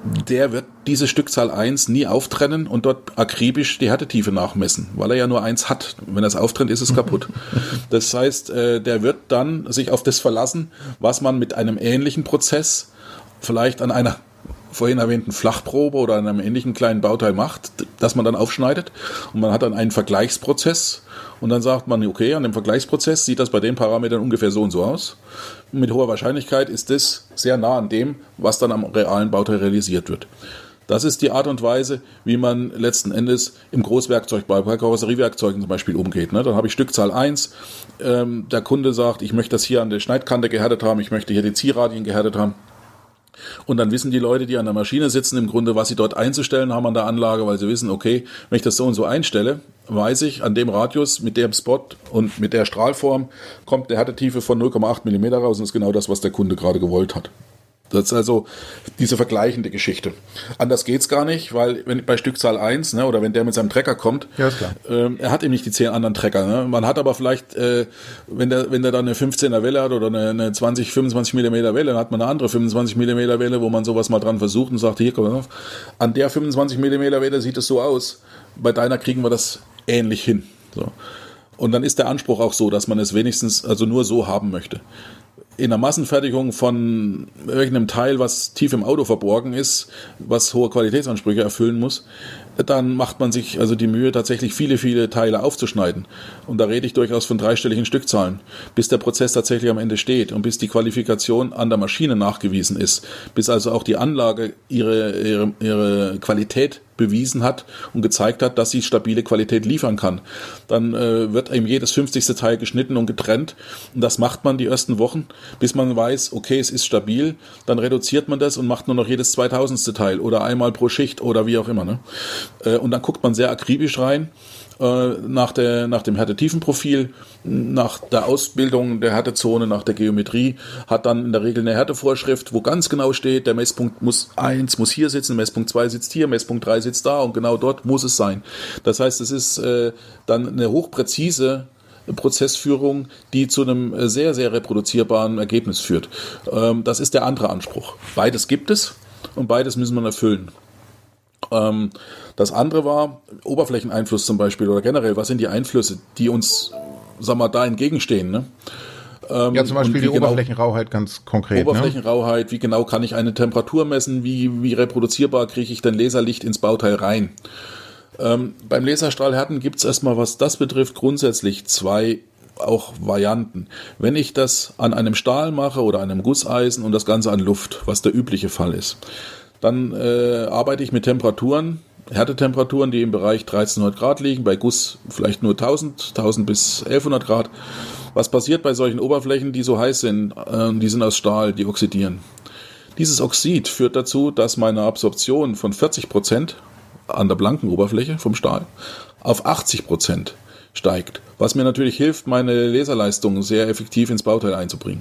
der wird diese Stückzahl 1 nie auftrennen und dort akribisch die Härtetiefe nachmessen, weil er ja nur 1 hat. Wenn er es auftrennt, ist es kaputt. Das heißt, der wird dann sich auf das verlassen, was man mit einem ähnlichen Prozess vielleicht an einer vorhin erwähnten Flachprobe oder an einem ähnlichen kleinen Bauteil macht, das man dann aufschneidet, und man hat dann einen Vergleichsprozess und dann sagt man, okay, an dem Vergleichsprozess sieht das bei den Parametern ungefähr so und so aus. Und mit hoher Wahrscheinlichkeit ist das sehr nah an dem, was dann am realen Bauteil realisiert wird. Das ist die Art und Weise, wie man letzten Endes im Großwerkzeugbau, bei Karosseriewerkzeugen zum Beispiel umgeht. Dann habe ich Stückzahl 1, der Kunde sagt, ich möchte das hier an der Schneidkante gehärtet haben, ich möchte hier die Ziehradien gehärtet haben. Und dann wissen die Leute, die an der Maschine sitzen, im Grunde, was sie dort einzustellen haben an der Anlage, weil sie wissen, okay, wenn ich das so und so einstelle, weiß ich, an dem Radius, mit dem Spot und mit der Strahlform kommt eine Härtetiefe von 0,8 mm raus und das ist genau das, was der Kunde gerade gewollt hat. Das ist also diese vergleichende Geschichte. Anders geht's gar nicht, weil wenn bei Stückzahl 1, ne, oder wenn der mit seinem Trecker kommt, ja, ist klar. Er hat eben nicht die 10 anderen Trecker. Ne? Man hat aber vielleicht, wenn der dann eine 15er Welle hat oder eine 20, 25 mm Welle, dann hat man eine andere 25 mm Welle, wo man sowas mal dran versucht und sagt, hier, komm auf, an der 25 mm Welle sieht es so aus, bei deiner kriegen wir das ähnlich hin. So. Und dann ist der Anspruch auch so, dass man es wenigstens also nur so haben möchte. In der Massenfertigung von irgendeinem Teil, was tief im Auto verborgen ist, was hohe Qualitätsansprüche erfüllen muss, dann macht man sich also die Mühe, tatsächlich viele, viele Teile aufzuschneiden. Und da rede ich durchaus von dreistelligen Stückzahlen, bis der Prozess tatsächlich am Ende steht und bis die Qualifikation an der Maschine nachgewiesen ist, bis also auch die Anlage ihre Qualität bewiesen hat und gezeigt hat, dass sie stabile Qualität liefern kann. Dann wird eben jedes 50. Teil geschnitten und getrennt und das macht man die ersten Wochen, bis man weiß, okay, es ist stabil, dann reduziert man das und macht nur noch jedes 2000. Teil oder einmal pro Schicht oder wie auch immer. Ne? Und dann guckt man sehr akribisch rein nach dem Härtetiefenprofil, nach der Ausbildung der Härtezone, nach der Geometrie, hat dann in der Regel eine Härtevorschrift, wo ganz genau steht, der Messpunkt 1 muss hier sitzen, Messpunkt 2 sitzt hier, Messpunkt 3 sitzt da und genau dort muss es sein. Das heißt, es ist dann eine hochpräzise Prozessführung, die zu einem sehr, sehr reproduzierbaren Ergebnis führt. Das ist der andere Anspruch. Beides gibt es und beides müssen wir erfüllen. Das andere war Oberflächeneinfluss zum Beispiel oder generell, was sind die Einflüsse, die uns, sagen wir, da entgegenstehen, ne? Ja, zum Beispiel die Oberflächenrauheit ganz konkret. Oberflächenrauheit, wie genau kann ich eine Temperatur messen, wie reproduzierbar kriege ich denn Laserlicht ins Bauteil rein? Beim Laserstrahlhärten gibt es erstmal, was das betrifft, grundsätzlich 2 auch Varianten. Wenn ich das an einem Stahl mache oder einem Gusseisen und das Ganze an Luft, was der übliche Fall ist, dann arbeite ich mit Temperaturen, Härtetemperaturen, die im Bereich 1300 Grad liegen, bei Guss vielleicht nur 1000 bis 1100 Grad. Was passiert bei solchen Oberflächen, die so heiß sind, die sind aus Stahl, die oxidieren. Dieses Oxid führt dazu, dass meine Absorption von 40% an der blanken Oberfläche vom Stahl auf 80% steigt, was mir natürlich hilft, meine Laserleistung sehr effektiv ins Bauteil einzubringen.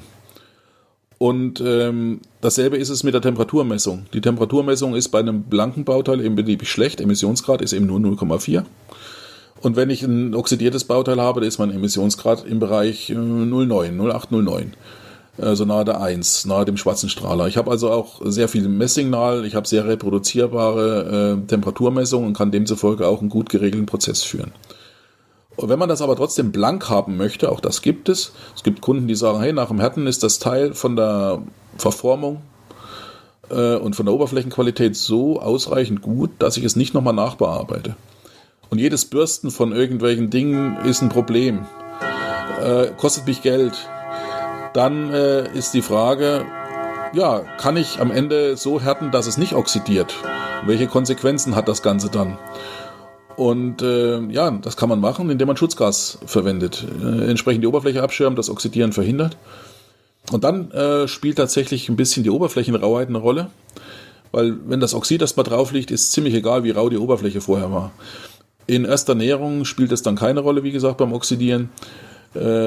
Und dasselbe ist es mit der Temperaturmessung. Die Temperaturmessung ist bei einem blanken Bauteil eben beliebig schlecht. Emissionsgrad ist eben nur 0,4. Und wenn ich ein oxidiertes Bauteil habe, dann ist mein Emissionsgrad im Bereich 0,809. Also nahe der 1, nahe dem schwarzen Strahler. Ich habe also auch sehr viel Messsignal, ich habe sehr reproduzierbare Temperaturmessungen und kann demzufolge auch einen gut geregelten Prozess führen. Und wenn man das aber trotzdem blank haben möchte, auch das gibt es. Es gibt Kunden, die sagen, hey, nach dem Härten ist das Teil von der Verformung und von der Oberflächenqualität so ausreichend gut, dass ich es nicht nochmal nachbearbeite. Und jedes Bürsten von irgendwelchen Dingen ist ein Problem. Kostet mich Geld. Dann ist die Frage, ja, kann ich am Ende so härten, dass es nicht oxidiert? Welche Konsequenzen hat das Ganze dann? Und ja, das kann man machen, indem man Schutzgas verwendet. Entsprechend die Oberfläche abschirmt, das Oxidieren verhindert. Und dann spielt tatsächlich ein bisschen die Oberflächenrauheit eine Rolle. Weil wenn das Oxid erstmal drauf liegt, ist ziemlich egal, wie rau die Oberfläche vorher war. In erster Näherung spielt es dann keine Rolle, wie gesagt, beim Oxidieren.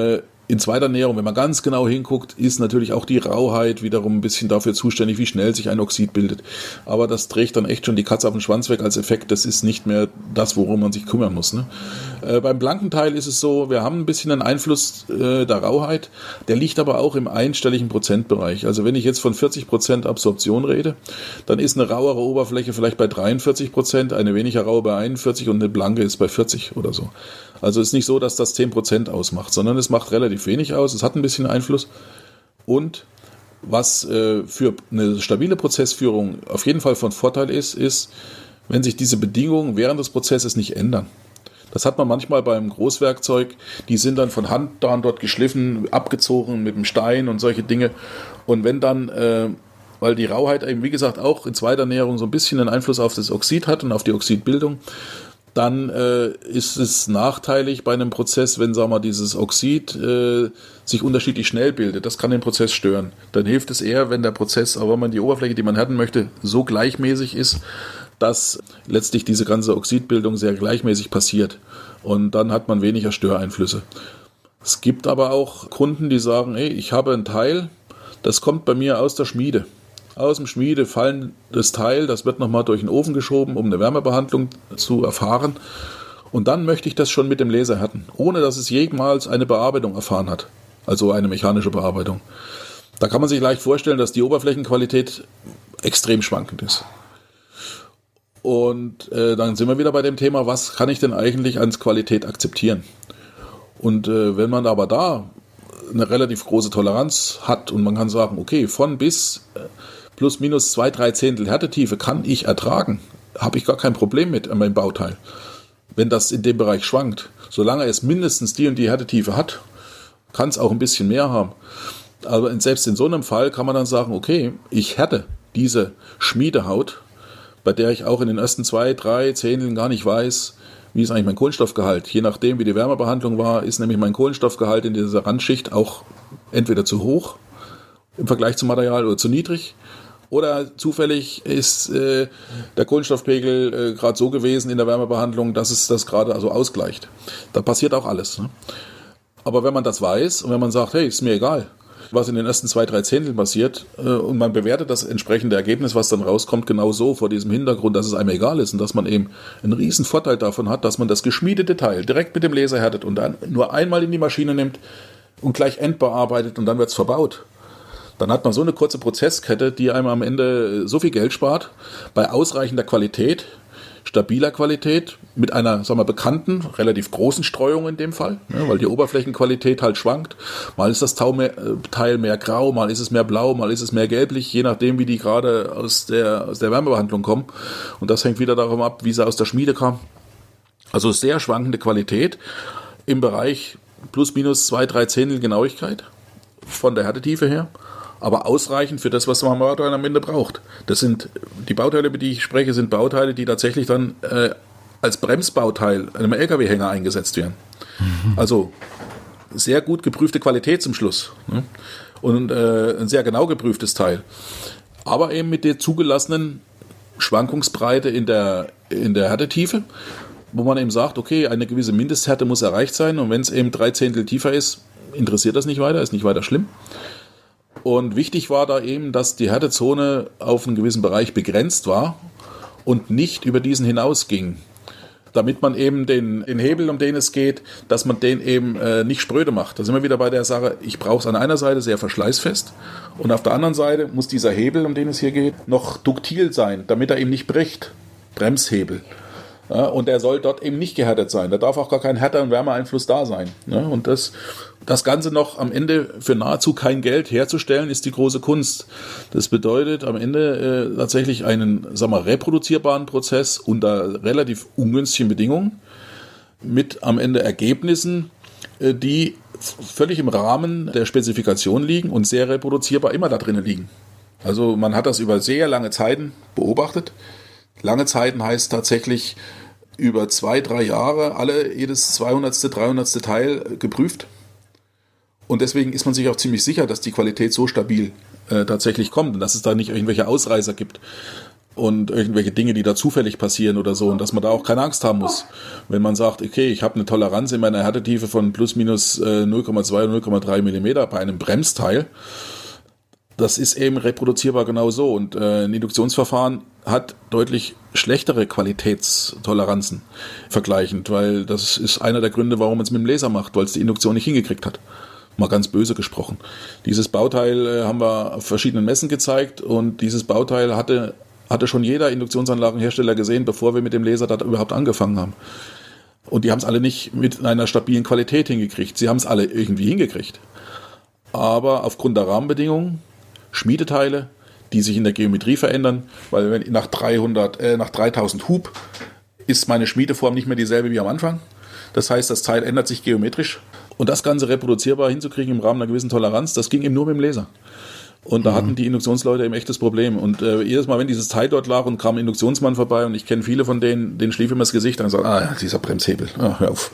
in zweiter Näherung, wenn man ganz genau hinguckt, ist natürlich auch die Rauheit wiederum ein bisschen dafür zuständig, wie schnell sich ein Oxid bildet. Aber das trägt dann echt schon die Katze auf den Schwanz weg als Effekt. Das ist nicht mehr das, worum man sich kümmern muss. Ne? Beim blanken Teil ist es so, wir haben ein bisschen einen Einfluss der Rauheit. Der liegt aber auch im einstelligen Prozentbereich. Also wenn ich jetzt von 40% Absorption rede, dann ist eine rauere Oberfläche vielleicht bei 43%, eine weniger raue bei 41% und eine blanke ist bei 40 oder so. Also es ist nicht so, dass das 10% ausmacht, sondern es macht relativ wenig aus. Es hat ein bisschen Einfluss. Und was für eine stabile Prozessführung auf jeden Fall von Vorteil ist, wenn sich diese Bedingungen während des Prozesses nicht ändern. Das hat man manchmal beim Großwerkzeug. Die sind dann von Hand da und dort geschliffen, abgezogen mit dem Stein und solche Dinge. Und wenn dann, weil die Rauheit eben, wie gesagt, auch in zweiter Näherung so ein bisschen einen Einfluss auf das Oxid hat und auf die Oxidbildung, dann ist es nachteilig bei einem Prozess, wenn, sagen wir, dieses Oxid sich unterschiedlich schnell bildet. Das kann den Prozess stören. Dann hilft es eher, wenn der Prozess, aber wenn man die Oberfläche, die man härten möchte, so gleichmäßig ist, dass letztlich diese ganze Oxidbildung sehr gleichmäßig passiert. Und dann hat man weniger Störeinflüsse. Es gibt aber auch Kunden, die sagen, hey, ich habe ein Teil, das kommt bei mir aus der Schmiede. Aus dem Schmiede fallendes Teil, das wird nochmal durch den Ofen geschoben, um eine Wärmebehandlung zu erfahren. Und dann möchte ich das schon mit dem Laser härten, ohne dass es jemals eine Bearbeitung erfahren hat. Also eine mechanische Bearbeitung. Da kann man sich leicht vorstellen, dass die Oberflächenqualität extrem schwankend ist. Und dann sind wir wieder bei dem Thema, was kann ich denn eigentlich als Qualität akzeptieren? Und wenn man aber da eine relativ große Toleranz hat und man kann sagen, okay, von bis plus minus 2-3 Zehntel Härtetiefe kann ich ertragen, habe ich gar kein Problem mit an meinem Bauteil. Wenn das in dem Bereich schwankt, solange es mindestens die und die Härtetiefe hat, kann es auch ein bisschen mehr haben. Aber selbst in so einem Fall kann man dann sagen, okay, ich härte diese Schmiedehaut, bei der ich auch in den ersten 2-3 Zehnteln gar nicht weiß, wie ist eigentlich mein Kohlenstoffgehalt. Je nachdem, wie die Wärmebehandlung war, ist nämlich mein Kohlenstoffgehalt in dieser Randschicht auch entweder zu hoch im Vergleich zum Material oder zu niedrig. Oder zufällig ist der Kohlenstoffpegel gerade so gewesen in der Wärmebehandlung, dass es das gerade also ausgleicht. Da passiert auch alles. Ne? Aber wenn man das weiß und wenn man sagt, hey, ist mir egal, was in den ersten 2-3 Zehnteln passiert und man bewertet das entsprechende Ergebnis, was dann rauskommt, genau so vor diesem Hintergrund, dass es einem egal ist und dass man eben einen riesen Vorteil davon hat, dass man das geschmiedete Teil direkt mit dem Laser härtet und dann nur einmal in die Maschine nimmt und gleich endbearbeitet und dann wird es verbaut. Dann hat man so eine kurze Prozesskette, die einem am Ende so viel Geld spart, bei ausreichender Qualität, stabiler Qualität, mit einer, sagen wir, bekannten, relativ großen Streuung in dem Fall, ne, weil die Oberflächenqualität halt schwankt. Mal ist das Teil mehr grau, mal ist es mehr blau, mal ist es mehr gelblich, je nachdem, wie die gerade aus der Wärmebehandlung kommen. Und das hängt wieder davon ab, wie sie aus der Schmiede kam. Also sehr schwankende Qualität im Bereich plus minus 2-3 Zehntel Genauigkeit von der Härtetiefe her. Aber ausreichend für das, was man am Ende braucht. Das sind die Bauteile, über die ich spreche, sind Bauteile, die tatsächlich dann als Bremsbauteil einem LKW-Hänger eingesetzt werden. Mhm. Also sehr gut geprüfte Qualität zum Schluss. Ne? Und ein sehr genau geprüftes Teil. Aber eben mit der zugelassenen Schwankungsbreite in der Härtetiefe, wo man eben sagt, okay, eine gewisse Mindesthärte muss erreicht sein und wenn es eben 3 Zehntel tiefer ist, interessiert das nicht weiter, ist nicht weiter schlimm. Und wichtig war da eben, dass die Härtezone auf einen gewissen Bereich begrenzt war und nicht über diesen hinausging. Damit man eben den Hebel, um den es geht, dass man den eben nicht spröde macht. Da sind wir wieder bei der Sache, ich brauche es an einer Seite sehr verschleißfest und auf der anderen Seite muss dieser Hebel, um den es hier geht, noch duktil sein, damit er eben nicht bricht. Bremshebel. Ja, und der soll dort eben nicht gehärtet sein. Da darf auch gar kein Härte- und Wärmeeinfluss da sein. Ja, und das Ganze noch am Ende für nahezu kein Geld herzustellen, ist die große Kunst. Das bedeutet am Ende tatsächlich einen, sagen wir, reproduzierbaren Prozess unter relativ ungünstigen Bedingungen mit am Ende Ergebnissen, die völlig im Rahmen der Spezifikation liegen und sehr reproduzierbar immer da drinnen liegen. Also man hat das über sehr lange Zeiten beobachtet. Lange Zeiten heißt tatsächlich über 2-3 Jahre jedes 200., 300. Teil geprüft. Und deswegen ist man sich auch ziemlich sicher, dass die Qualität so stabil tatsächlich kommt und dass es da nicht irgendwelche Ausreißer gibt. und irgendwelche Dinge, die da zufällig passieren oder so, und dass man da auch keine Angst haben muss. Wenn man sagt, okay, ich habe eine Toleranz in meiner Härtetiefe von plus minus 0,2 oder 0,3 Millimeter bei einem Bremsteil, das ist eben reproduzierbar genau so. Und ein Induktionsverfahren hat deutlich schlechtere Qualitätstoleranzen vergleichend, weil das ist einer der Gründe, warum man es mit dem Laser macht, weil es die Induktion nicht hingekriegt hat. Mal ganz böse gesprochen. Dieses Bauteil haben wir auf verschiedenen Messen gezeigt, und dieses Bauteil hatte schon jeder Induktionsanlagenhersteller gesehen, bevor wir mit dem Laser da überhaupt angefangen haben. Und die haben es alle nicht mit einer stabilen Qualität hingekriegt. Sie haben es alle irgendwie hingekriegt. Aber aufgrund der Rahmenbedingungen, Schmiedeteile, die sich in der Geometrie verändern, weil wenn nach 3000 Hub ist meine Schmiedeform nicht mehr dieselbe wie am Anfang. Das heißt, das Teil ändert sich geometrisch. Und das Ganze reproduzierbar hinzukriegen im Rahmen einer gewissen Toleranz, das ging eben nur mit dem Laser. Und da hatten die Induktionsleute eben echtes Problem. Und jedes Mal, wenn dieses Teil dort lag und kam ein Induktionsmann vorbei, und ich kenne viele von denen schlief immer das Gesicht, dann sagt, dieser Bremshebel, hör auf.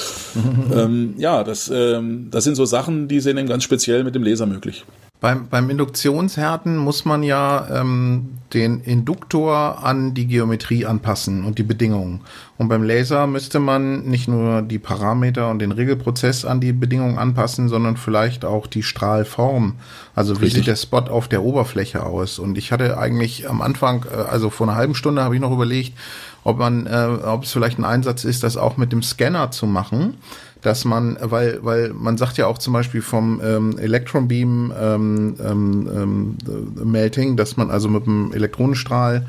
Das sind so Sachen, die sind eben ganz speziell mit dem Laser möglich. Beim Induktionshärten muss man ja den Induktor an die Geometrie anpassen und die Bedingungen. Und beim Laser müsste man nicht nur die Parameter und den Regelprozess an die Bedingungen anpassen, sondern vielleicht auch die Strahlform. Also wie sieht der Spot auf der Oberfläche aus? Und ich hatte eigentlich am Anfang, also vor einer halben Stunde habe ich noch überlegt, ob es vielleicht ein Einsatz ist, das auch mit dem Scanner zu machen. Dass man, weil man sagt ja auch zum Beispiel vom Electron Beam Melting, dass man also mit dem Elektronenstrahl,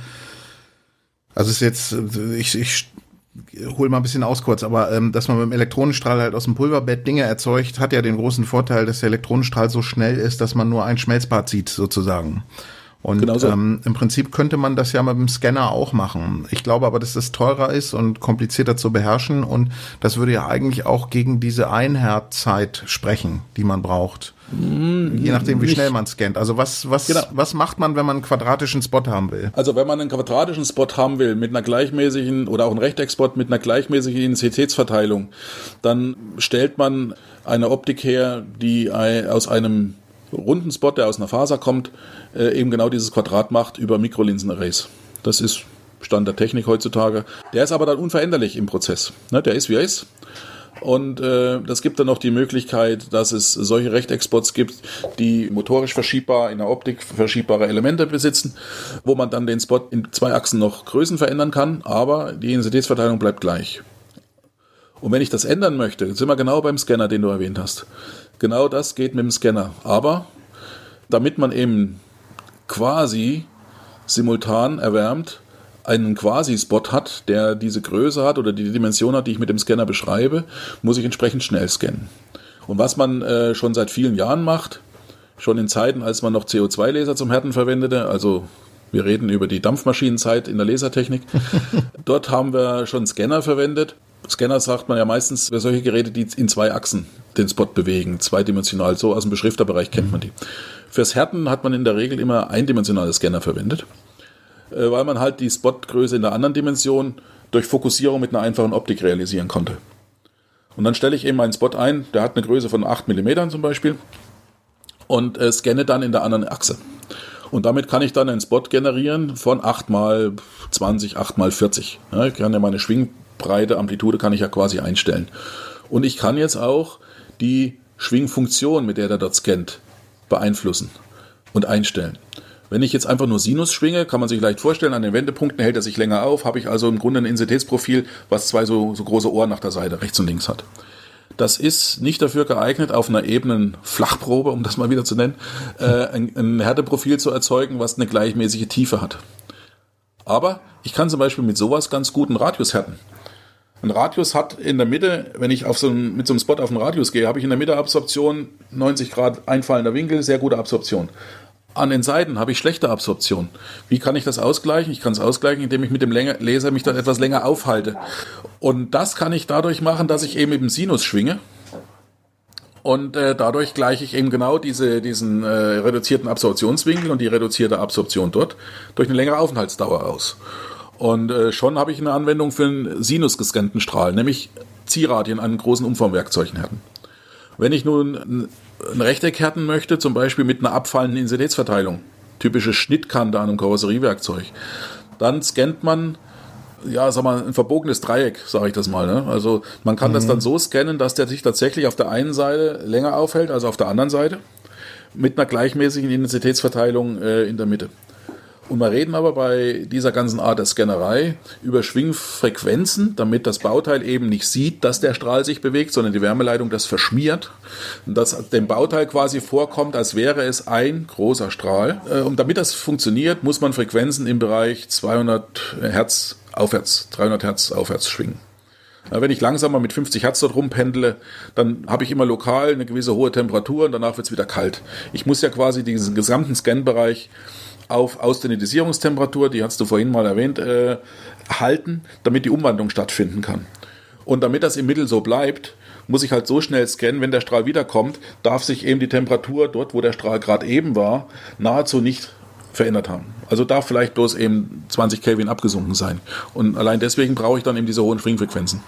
also ist jetzt, ich hol mal ein bisschen aus kurz, aber dass man mit dem Elektronenstrahl halt aus dem Pulverbett Dinge erzeugt, hat ja den großen Vorteil, dass der Elektronenstrahl so schnell ist, dass man nur ein Schmelzbad sieht sozusagen. Und genau so. Im Prinzip könnte man das ja mit dem Scanner auch machen. Ich glaube aber, dass das teurer ist und komplizierter zu beherrschen, und das würde ja eigentlich auch gegen diese Einhärtzeit sprechen, die man braucht. Je nachdem, wie schnell man scannt. Also was macht man, wenn man einen quadratischen Spot haben will? Also wenn man einen quadratischen Spot haben will, mit einer gleichmäßigen, oder auch einen Rechteckspot mit einer gleichmäßigen Intensitätsverteilung, dann stellt man eine Optik her, die aus einem runden Spot, der aus einer Faser kommt, eben genau dieses Quadrat macht über Mikrolinsenarrays. Das ist Stand der Technik heutzutage. Der ist aber dann unveränderlich im Prozess. Ne, der ist, wie er ist. Und das gibt dann noch die Möglichkeit, dass es solche Rechteckspots gibt, die motorisch verschiebbar, in der Optik verschiebbare Elemente besitzen, wo man dann den Spot in 2 Achsen noch Größen verändern kann, aber die Intensitätsverteilung bleibt gleich. Und wenn ich das ändern möchte, sind wir genau beim Scanner, den du erwähnt hast. Genau das geht mit dem Scanner. Aber damit man eben quasi simultan erwärmt einen Quasi-Spot hat, der diese Größe hat oder die Dimension hat, die ich mit dem Scanner beschreibe, muss ich entsprechend schnell scannen. Und was man schon seit vielen Jahren macht, schon in Zeiten, als man noch CO2-Laser zum Härten verwendete, also wir reden über die Dampfmaschinenzeit in der Lasertechnik, dort haben wir schon Scanner verwendet. Scanner sagt man ja meistens für solche Geräte, die in 2 Achsen den Spot bewegen, zweidimensional, so aus dem Beschrifterbereich kennt man die. Fürs Härten hat man in der Regel immer eindimensionale Scanner verwendet, weil man halt die Spotgröße in der anderen Dimension durch Fokussierung mit einer einfachen Optik realisieren konnte. Und dann stelle ich eben meinen Spot ein, der hat eine Größe von 8 mm zum Beispiel, und scanne dann in der anderen Achse. Und damit kann ich dann einen Spot generieren von 8x20, 8x40. Ja, ich kann ja meine Schwingbreite, Amplitude kann ich ja quasi einstellen. Und ich kann jetzt auch die Schwingfunktion, mit der der dort scannt, beeinflussen und einstellen. Wenn ich jetzt einfach nur Sinus schwinge, kann man sich leicht vorstellen, an den Wendepunkten hält er sich länger auf, habe ich also im Grunde ein Intensitätsprofil, was 2 so große Ohren nach der Seite, rechts und links hat. Das ist nicht dafür geeignet, auf einer ebenen Flachprobe, um das mal wieder zu nennen, ein Härteprofil zu erzeugen, was eine gleichmäßige Tiefe hat. Aber ich kann zum Beispiel mit sowas ganz gut einen Radius härten. Ein Radius hat in der Mitte, wenn ich mit so einem Spot auf den Radius gehe, habe ich in der Mitte Absorption, 90 Grad einfallender Winkel, sehr gute Absorption. An den Seiten habe ich schlechte Absorption. Wie kann ich das ausgleichen? Ich kann es ausgleichen, indem ich mit dem Laser mich dann etwas länger aufhalte. Und das kann ich dadurch machen, dass ich eben mit dem Sinus schwinge. Und dadurch gleiche ich eben genau diesen reduzierten Absorptionswinkel und die reduzierte Absorption dort durch eine längere Aufenthaltsdauer aus. Und schon habe ich eine Anwendung für einen sinusgescannten Strahl, nämlich Ziehradien an großen Umformwerkzeugen härten. Wenn ich nun ein Rechteck härten möchte, zum Beispiel mit einer abfallenden Intensitätsverteilung, typische Schnittkante an einem Karosseriewerkzeug. Dann scannt man, ein verbogenes Dreieck, sage ich das mal. Ne? Also man kann das dann so scannen, dass der sich tatsächlich auf der einen Seite länger aufhält, als auf der anderen Seite, mit einer gleichmäßigen Intensitätsverteilung in der Mitte. Und wir reden aber bei dieser ganzen Art der Scannerei über Schwingfrequenzen, damit das Bauteil eben nicht sieht, dass der Strahl sich bewegt, sondern die Wärmeleitung das verschmiert und dass dem Bauteil quasi vorkommt, als wäre es ein großer Strahl. Und damit das funktioniert, muss man Frequenzen im Bereich 200 Hertz aufwärts, 300 Hertz aufwärts schwingen. Wenn ich langsamer mit 50 Hertz dort rumpendele, dann habe ich immer lokal eine gewisse hohe Temperatur und danach wird es wieder kalt. Ich muss ja quasi diesen gesamten Scanbereich auf Austenidisierungstemperatur, die hast du vorhin mal erwähnt, halten, damit die Umwandlung stattfinden kann. Und damit das im Mittel so bleibt, muss ich halt so schnell scannen, wenn der Strahl wiederkommt, darf sich eben die Temperatur dort, wo der Strahl gerade eben war, nahezu nicht verändert haben. Also darf vielleicht bloß eben 20 Kelvin abgesunken sein. Und allein deswegen brauche ich dann eben diese hohen Schwingfrequenzen.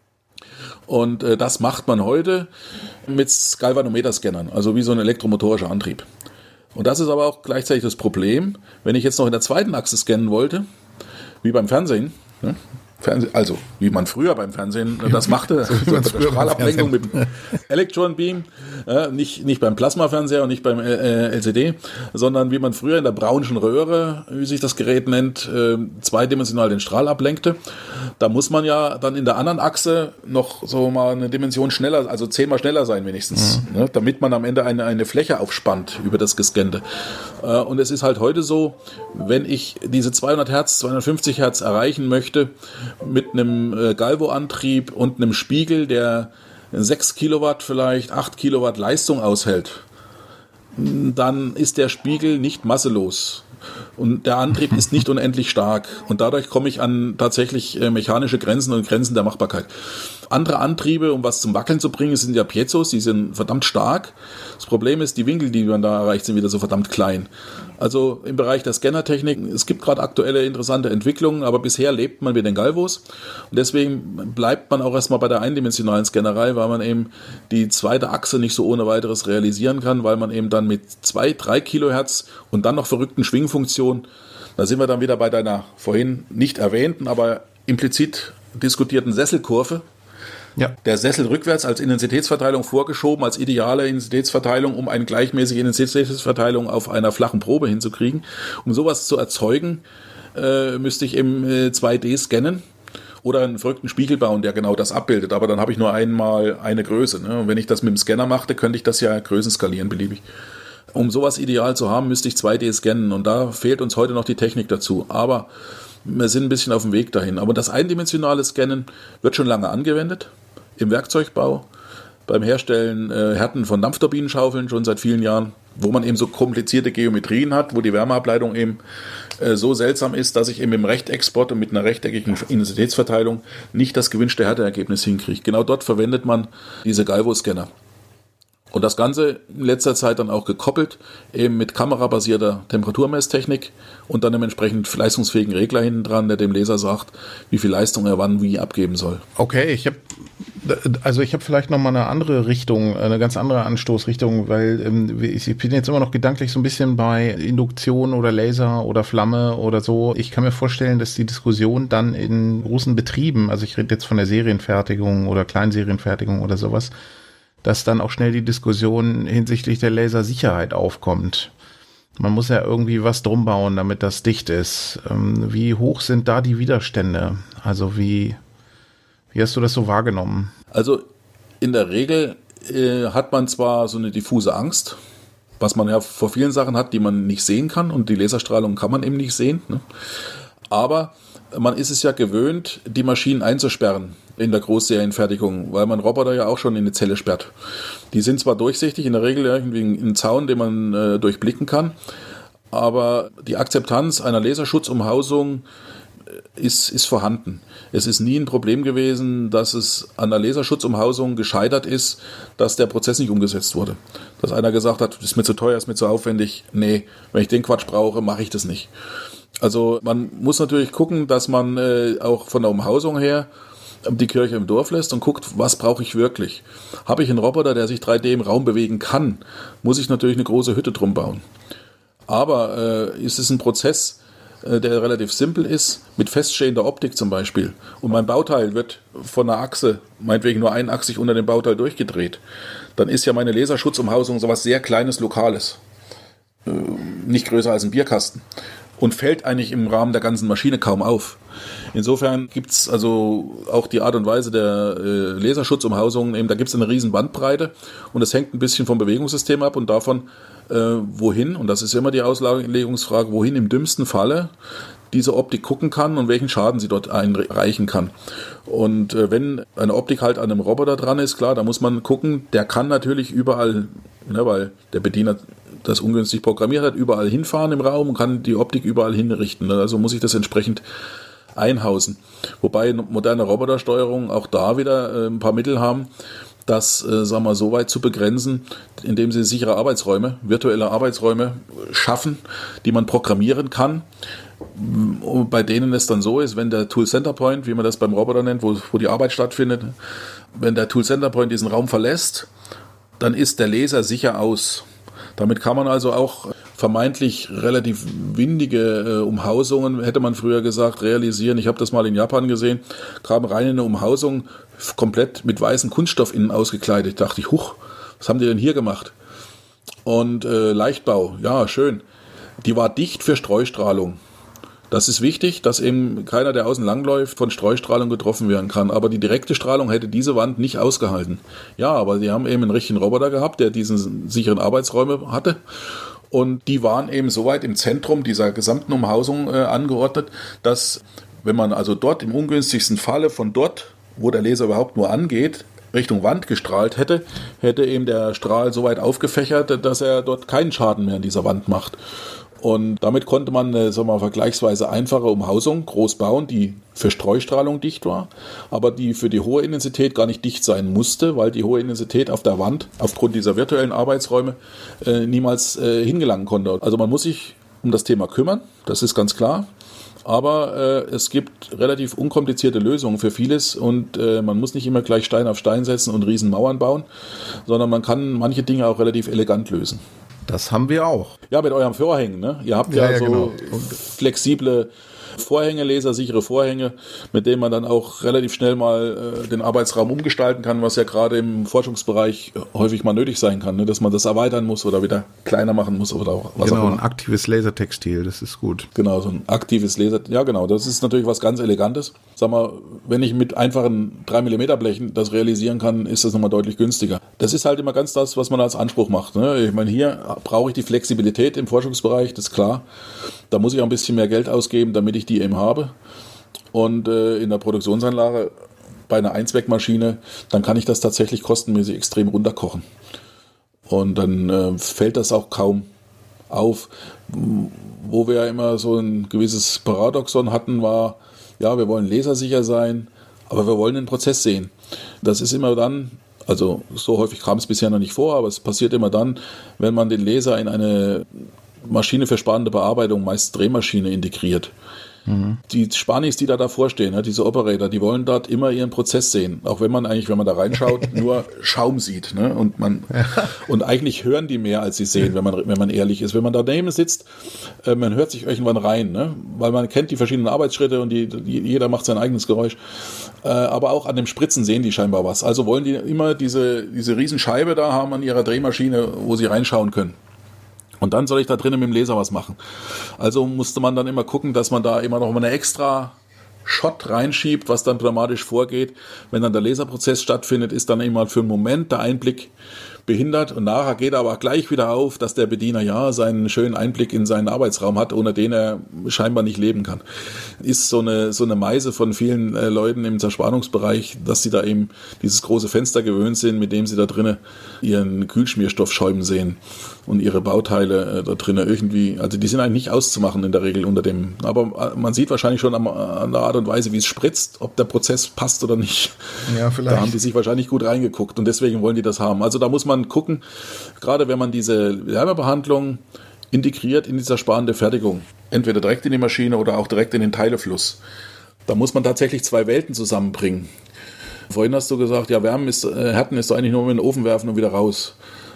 Und das macht man heute mit Galvanometer-Scannern, also wie so ein elektromotorischer Antrieb. Und das ist aber auch gleichzeitig das Problem, wenn ich jetzt noch in der zweiten Achse scannen wollte, wie beim Fernsehen, ne? Also wie man früher beim Fernsehen das machte, so mit der Strahlablenkung mit dem Electron Beam, nicht beim Plasmafernseher und nicht beim LCD, sondern wie man früher in der Brownschen Röhre, wie sich das Gerät nennt, zweidimensional den Strahl ablenkte. Da muss man ja dann in der anderen Achse noch so mal eine Dimension schneller, also 10-mal schneller sein wenigstens, ne, damit man am Ende eine Fläche aufspannt über das Gescannte. Und es ist halt heute so, wenn ich diese 200 Hertz, 250 Hertz erreichen möchte, mit einem Galvo-Antrieb und einem Spiegel, der 6 Kilowatt, vielleicht 8 Kilowatt Leistung aushält, dann ist der Spiegel nicht masselos. Und der Antrieb ist nicht unendlich stark. Und dadurch komme ich an tatsächlich mechanische Grenzen und Grenzen der Machbarkeit. Andere Antriebe, um was zum Wackeln zu bringen, sind ja Piezos, die sind verdammt stark. Das Problem ist, die Winkel, die man da erreicht, sind wieder so verdammt klein. Also im Bereich der Scannertechnik, es gibt gerade aktuelle interessante Entwicklungen, aber bisher lebt man mit den Galvos. Und deswegen bleibt man auch erstmal bei der eindimensionalen Scannerei, weil man eben die zweite Achse nicht so ohne weiteres realisieren kann, weil man eben dann mit 2-3 Kilohertz und dann noch verrückten Schwingfunktionen, da sind wir dann wieder bei deiner vorhin nicht erwähnten, aber implizit diskutierten Sesselkurve. Ja. Der Sessel rückwärts als Intensitätsverteilung vorgeschoben, als ideale Intensitätsverteilung, um eine gleichmäßige Intensitätsverteilung auf einer flachen Probe hinzukriegen. Um sowas zu erzeugen, müsste ich eben 2D scannen oder einen verrückten Spiegel bauen, der genau das abbildet. Aber dann habe ich nur einmal eine Größe. Ne? Und wenn ich das mit dem Scanner machte, könnte ich das ja Größen skalieren, beliebig. Um sowas ideal zu haben, müsste ich 2D scannen. Und da fehlt uns heute noch die Technik dazu. Aber wir sind ein bisschen auf dem Weg dahin. Aber das eindimensionale Scannen wird schon lange angewendet. Im Werkzeugbau, beim Herstellen Härten von Dampfturbinenschaufeln schon seit vielen Jahren, wo man eben so komplizierte Geometrien hat, wo die Wärmeableitung eben so seltsam ist, dass ich eben im Rechteckspot und mit einer rechteckigen Intensitätsverteilung nicht das gewünschte Härteergebnis hinkriege. Genau dort verwendet man diese Galvo-Scanner. Und das Ganze in letzter Zeit dann auch gekoppelt, eben mit kamerabasierter Temperaturmesstechnik und dann einem entsprechend leistungsfähigen Regler hinten dran, der dem Leser sagt, wie viel Leistung er wann wie abgeben soll. Okay, ich habe vielleicht noch mal eine andere Richtung, eine ganz andere Anstoßrichtung, weil ich bin jetzt immer noch gedanklich so ein bisschen bei Induktion oder Laser oder Flamme oder so. Ich kann mir vorstellen, dass die Diskussion dann in großen Betrieben, also ich rede jetzt von der Serienfertigung oder Kleinserienfertigung oder sowas, dass dann auch schnell die Diskussion hinsichtlich der Lasersicherheit aufkommt. Man muss ja irgendwie was drum bauen, damit das dicht ist. Wie hoch sind da die Widerstände? Also wie hast du das so wahrgenommen? Also in der Regel hat man zwar so eine diffuse Angst, was man ja vor vielen Sachen hat, die man nicht sehen kann, und die Laserstrahlung kann man eben nicht sehen, ne? Aber man ist es ja gewöhnt, die Maschinen einzusperren in der Großserienfertigung, weil man Roboter ja auch schon in eine Zelle sperrt. Die sind zwar durchsichtig, in der Regel irgendwie ein Zaun, den man durchblicken kann, aber die Akzeptanz einer Laserschutzumhausung ist vorhanden. Es ist nie ein Problem gewesen, dass es an der Laserschutzumhausung gescheitert ist, dass der Prozess nicht umgesetzt wurde. Dass einer gesagt hat, ist mir zu teuer, ist mir zu aufwendig. Nee, wenn ich den Quatsch brauche, mache ich das nicht. Also man muss natürlich gucken, dass man auch von der Umhausung her die Kirche im Dorf lässt und guckt, was brauche ich wirklich. Habe ich einen Roboter, der sich 3D im Raum bewegen kann, muss ich natürlich eine große Hütte drum bauen. Aber ist es ein Prozess, der relativ simpel ist, mit feststehender Optik zum Beispiel. Und mein Bauteil wird von einer Achse, meinetwegen nur einachsig unter dem Bauteil durchgedreht. Dann ist ja meine Laserschutzumhausung sowas sehr Kleines, Lokales. Nicht größer als ein Bierkasten. Und fällt eigentlich im Rahmen der ganzen Maschine kaum auf. Insofern gibt es also auch die Art und Weise der Laserschutzumhausungen, eben, da gibt es eine riesen Bandbreite und das hängt ein bisschen vom Bewegungssystem ab und davon, wohin, und das ist immer die Auslegungsfrage, wohin im dümmsten Falle diese Optik gucken kann und welchen Schaden sie dort erreichen kann. Und wenn eine Optik halt an einem Roboter dran ist, klar, da muss man gucken, der kann natürlich überall, ne, weil der Bediener das ungünstig programmiert hat, überall hinfahren im Raum und kann die Optik überall hinrichten. Also muss ich das entsprechend einhausen. Wobei moderne Robotersteuerung auch da wieder ein paar Mittel haben, das, sagen wir, so weit zu begrenzen, indem sie sichere Arbeitsräume, virtuelle Arbeitsräume schaffen, die man programmieren kann, bei denen es dann so ist, wenn der Tool Center Point, wie man das beim Roboter nennt, wo die Arbeit stattfindet, wenn der Tool Center Point diesen Raum verlässt, dann ist der Laser sicher aus. Damit kann man also auch vermeintlich relativ windige Umhausungen, hätte man früher gesagt, realisieren. Ich habe das mal in Japan gesehen, kam rein in eine Umhausung, komplett mit weißem Kunststoff innen ausgekleidet. Da dachte ich, huch, was haben die denn hier gemacht? Und Leichtbau, ja, schön. Die war dicht für Streustrahlung. Das ist wichtig, dass eben keiner, der außen langläuft, von Streustrahlung getroffen werden kann. Aber die direkte Strahlung hätte diese Wand nicht ausgehalten. Ja, aber die haben eben einen richtigen Roboter gehabt, der diesen sicheren Arbeitsräume hatte. Und die waren eben so weit im Zentrum dieser gesamten Umhausung angeordnet, dass, wenn man also dort im ungünstigsten Falle von dort, wo der Laser überhaupt nur angeht, Richtung Wand gestrahlt hätte eben der Strahl so weit aufgefächert, dass er dort keinen Schaden mehr an dieser Wand macht. Und damit konnte man eine, sagen wir mal, vergleichsweise einfache Umhausung groß bauen, die für Streustrahlung dicht war, aber die für die hohe Intensität gar nicht dicht sein musste, weil die hohe Intensität auf der Wand aufgrund dieser virtuellen Arbeitsräume niemals hingelangen konnte. Also man muss sich um das Thema kümmern, das ist ganz klar. Aber es gibt relativ unkomplizierte Lösungen für vieles und man muss nicht immer gleich Stein auf Stein setzen und riesen Mauern bauen, sondern man kann manche Dinge auch relativ elegant lösen. Das haben wir auch. Ja, mit eurem Vorhängen, ne? Ihr habt ja so genau. Flexible Vorhänge, lasersichere Vorhänge, mit denen man dann auch relativ schnell mal den Arbeitsraum umgestalten kann, was ja gerade im Forschungsbereich häufig mal nötig sein kann, ne? Dass man das erweitern muss oder wieder kleiner machen muss oder auch was genau, auch immer. Ein aktives Lasertextil, das ist gut. Genau, so ein aktives Laser, ja genau, das ist natürlich was ganz Elegantes. Sag mal, wenn ich mit einfachen 3mm Blechen das realisieren kann, ist das nochmal deutlich günstiger. Das ist halt immer ganz das, was man als Anspruch macht, ne? Ich meine, hier brauche ich die Flexibilität im Forschungsbereich, das ist klar. Da muss ich auch ein bisschen mehr Geld ausgeben, damit ich die eben habe. Und in der Produktionsanlage bei einer Einzweckmaschine, dann kann ich das tatsächlich kostenmäßig extrem runterkochen. Und dann fällt das auch kaum auf. Wo wir ja immer so ein gewisses Paradoxon hatten, war, ja, wir wollen lasersicher sein, aber wir wollen den Prozess sehen. Das ist immer dann, also so häufig kam es bisher noch nicht vor, aber es passiert immer dann, wenn man den Laser in eine Maschine für spannende Bearbeitung, meist Drehmaschine, integriert. Mhm. Die Spanis, die da davor stehen, ja, diese Operator, die wollen dort immer ihren Prozess sehen. Auch wenn man eigentlich, wenn man da reinschaut, nur Schaum sieht. Ne? Und eigentlich hören die mehr, als sie sehen, wenn man ehrlich ist. Wenn man daneben sitzt, man hört sich irgendwann rein, ne? Weil man kennt die verschiedenen Arbeitsschritte und jeder macht sein eigenes Geräusch. Aber auch an dem Spritzen sehen die scheinbar was. Also wollen die immer diese Riesenscheibe da haben an ihrer Drehmaschine, wo sie reinschauen können. Und dann soll ich da drinnen mit dem Laser was machen. Also musste man dann immer gucken, dass man da immer noch mal eine extra Shot reinschiebt, was dann dramatisch vorgeht. Wenn dann der Laserprozess stattfindet, ist dann immer für einen Moment der Einblick behindert und nachher geht er aber gleich wieder auf, dass der Bediener ja seinen schönen Einblick in seinen Arbeitsraum hat, ohne den er scheinbar nicht leben kann. Ist so eine Meise von vielen Leuten im Zerspannungsbereich, dass sie da eben dieses große Fenster gewöhnt sind, mit dem sie da drinnen ihren Kühlschmierstoff schäumen sehen und ihre Bauteile da drinnen irgendwie, also die sind eigentlich nicht auszumachen in der Regel unter dem, aber man sieht wahrscheinlich schon an der Art und Weise, wie es spritzt, ob der Prozess passt oder nicht. Ja, vielleicht. Da haben die sich wahrscheinlich gut reingeguckt und deswegen wollen die das haben. Also da muss man gucken, gerade wenn man diese Wärmebehandlung integriert in dieser sparende Fertigung, entweder direkt in die Maschine oder auch direkt in den Teilefluss. Da muss man tatsächlich zwei Welten zusammenbringen. Vorhin hast du gesagt, ja, Härten ist doch eigentlich nur in den Ofen werfen und wieder raus.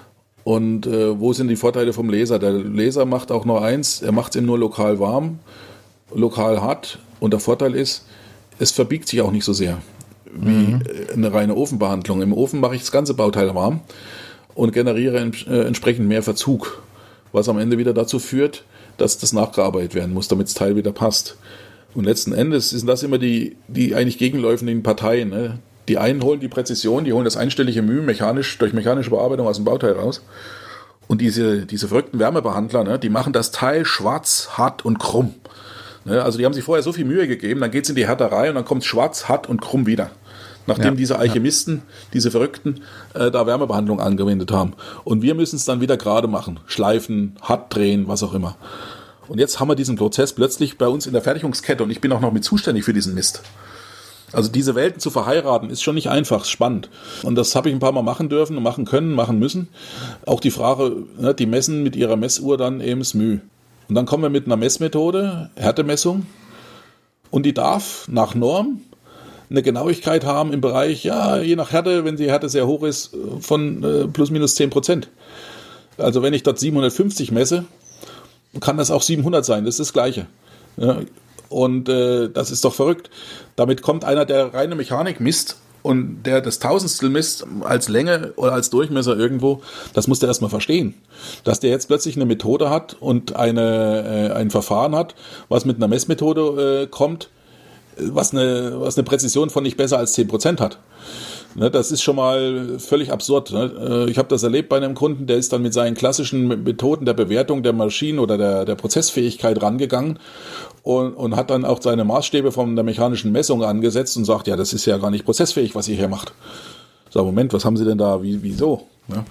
Und wo sind die Vorteile vom Laser? Der Laser macht auch noch eins, er macht es eben nur lokal warm, lokal hart. Und der Vorteil ist, es verbiegt sich auch nicht so sehr wie eine reine Ofenbehandlung. Im Ofen mache ich das ganze Bauteil warm und generiere entsprechend mehr Verzug, was am Ende wieder dazu führt, dass das nachgearbeitet werden muss, damit das Teil wieder passt. Und letzten Endes sind das immer die eigentlich gegenläufigen Parteien. Ne? Die einen holen die Präzision, die holen das einstellige Mühe durch mechanische Bearbeitung aus dem Bauteil raus. Und diese verrückten Wärmebehandler, ne, die machen das Teil schwarz, hart und krumm. Ne? Also die haben sich vorher so viel Mühe gegeben, dann geht es in die Härterei und dann kommt es schwarz, hart und krumm wieder. Nachdem diese Alchemisten, diese Verrückten, da Wärmebehandlung angewendet haben. Und wir müssen es dann wieder gerade machen. Schleifen, hart drehen, was auch immer. Und jetzt haben wir diesen Prozess plötzlich bei uns in der Fertigungskette und ich bin auch noch mit zuständig für diesen Mist. Also diese Welten zu verheiraten, ist schon nicht einfach, spannend. Und das habe ich ein paar Mal machen dürfen und machen können, machen müssen. Auch die Frage, ne, die messen mit ihrer Messuhr dann eben das Mühe. Und dann kommen wir mit einer Messmethode, Härtemessung. Und die darf nach Norm eine Genauigkeit haben im Bereich, ja, je nach Härte, wenn die Härte sehr hoch ist, von plus minus 10%. Also wenn ich dort 750 messe, kann das auch 700 sein, das ist das Gleiche. Ja, und das ist doch verrückt. Damit kommt einer, der reine Mechanik misst und der das Tausendstel misst als Länge oder als Durchmesser irgendwo, das muss der erstmal verstehen. Dass der jetzt plötzlich eine Methode hat und ein Verfahren hat, was mit einer Messmethode kommt, was eine Präzision von nicht besser als 10% hat. Ne, das ist schon mal völlig absurd. Ne? Ich habe das erlebt bei einem Kunden, der ist dann mit seinen klassischen Methoden der Bewertung der Maschinen oder der Prozessfähigkeit rangegangen und hat dann auch seine Maßstäbe von der mechanischen Messung angesetzt und sagt, ja, das ist ja gar nicht prozessfähig, was ihr hier macht. So, Moment, was haben Sie denn da? Wieso? Ja.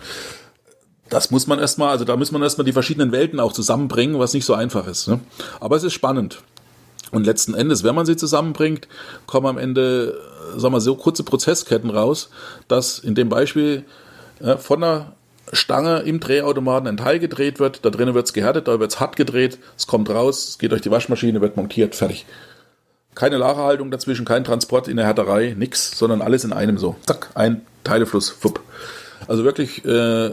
Das muss man erstmal, also da muss man erstmal die verschiedenen Welten auch zusammenbringen, was nicht so einfach ist. Ne? Aber es ist spannend. Und letzten Endes, wenn man sie zusammenbringt, kommen am Ende, sagen wir so kurze Prozessketten raus, dass in dem Beispiel von der Stange im Drehautomaten ein Teil gedreht wird, da drinnen wird es gehärtet, da wird es hart gedreht, es kommt raus, es geht durch die Waschmaschine, wird montiert, fertig. Keine Lagerhaltung dazwischen, kein Transport in der Härterei, nix, sondern alles in einem so. Zack, ein Teilefluss, fupp. Also wirklich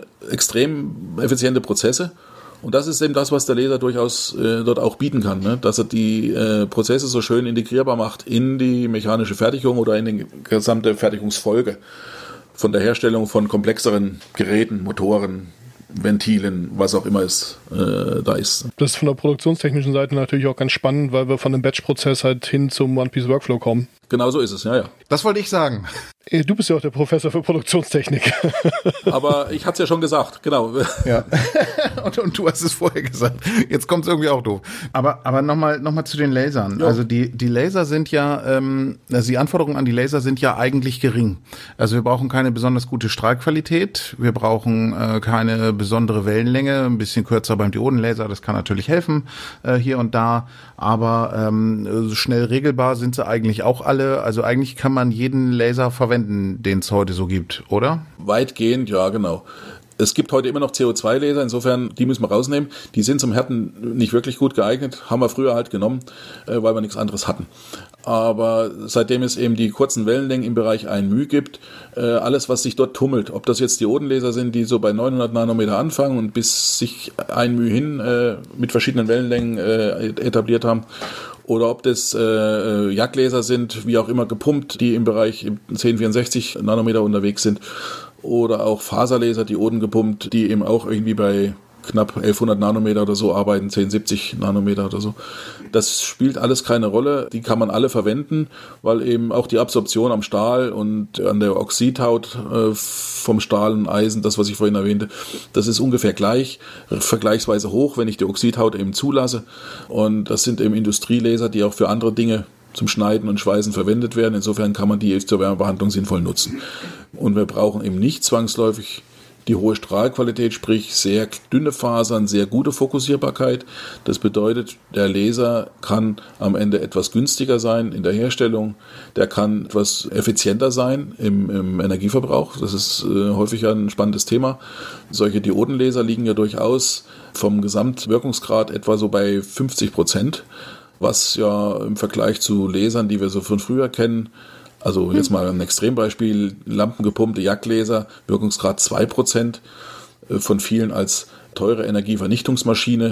extrem effiziente Prozesse. Und das ist eben das, was der Laser durchaus dort auch bieten kann, ne? Dass er die Prozesse so schön integrierbar macht in die mechanische Fertigung oder in die gesamte Fertigungsfolge von der Herstellung von komplexeren Geräten, Motoren, Ventilen, was auch immer es da ist. Das ist von der produktionstechnischen Seite natürlich auch ganz spannend, weil wir von einem Batch-Prozess halt hin zum One-Piece-Workflow kommen. Genau so ist es, ja. Das wollte ich sagen. Du bist ja auch der Professor für Produktionstechnik. Aber ich hatte es ja schon gesagt, genau. Ja. und du hast es vorher gesagt. Jetzt kommt es irgendwie auch doof. Aber nochmal zu den Lasern. Jo. Also die Laser sind ja, also die Anforderungen an die Laser sind ja eigentlich gering. Also wir brauchen keine besonders gute Strahlqualität. Wir brauchen keine besondere Wellenlänge. Ein bisschen kürzer beim Diodenlaser, das kann natürlich helfen hier und da. Aber schnell regelbar sind sie eigentlich auch alle. Also eigentlich kann man jeden Laser verwenden, den es heute so gibt, oder? Weitgehend, ja, genau. Es gibt heute immer noch CO2-Laser, insofern, die müssen wir rausnehmen. Die sind zum Härten nicht wirklich gut geeignet, haben wir früher halt genommen, weil wir nichts anderes hatten. Aber seitdem es eben die kurzen Wellenlängen im Bereich 1 μ gibt, alles, was sich dort tummelt, ob das jetzt Diodenlaser sind, die so bei 900 Nanometer anfangen und bis sich 1 μ hin mit verschiedenen Wellenlängen etabliert haben, oder ob das Jagdlaser sind, wie auch immer gepumpt, die im Bereich 1064 Nanometer unterwegs sind. Oder auch Faserlaser, Dioden gepumpt, die eben auch irgendwie bei knapp 1100 Nanometer oder so arbeiten, 1070 Nanometer oder so. Das spielt alles keine Rolle. Die kann man alle verwenden, weil eben auch die Absorption am Stahl und an der Oxidhaut vom Stahl und Eisen, das, was ich vorhin erwähnte, das ist ungefähr gleich, vergleichsweise hoch, wenn ich die Oxidhaut eben zulasse. Und das sind eben Industrielaser, die auch für andere Dinge zum Schneiden und Schweißen verwendet werden. Insofern kann man die zur Wärmebehandlung sinnvoll nutzen. Und wir brauchen eben nicht zwangsläufig die hohe Strahlqualität, sprich sehr dünne Fasern, sehr gute Fokussierbarkeit. Das bedeutet, der Laser kann am Ende etwas günstiger sein in der Herstellung, der kann etwas effizienter sein im Energieverbrauch. Das ist häufig ein spannendes Thema. Solche Diodenlaser liegen ja durchaus vom Gesamtwirkungsgrad etwa so bei 50%, was ja im Vergleich zu Lasern, die wir so von früher kennen, also jetzt mal ein Extrembespiel, lampengepumpte Jagdlaser, Wirkungsgrad 2%, von vielen als teure Energievernichtungsmaschine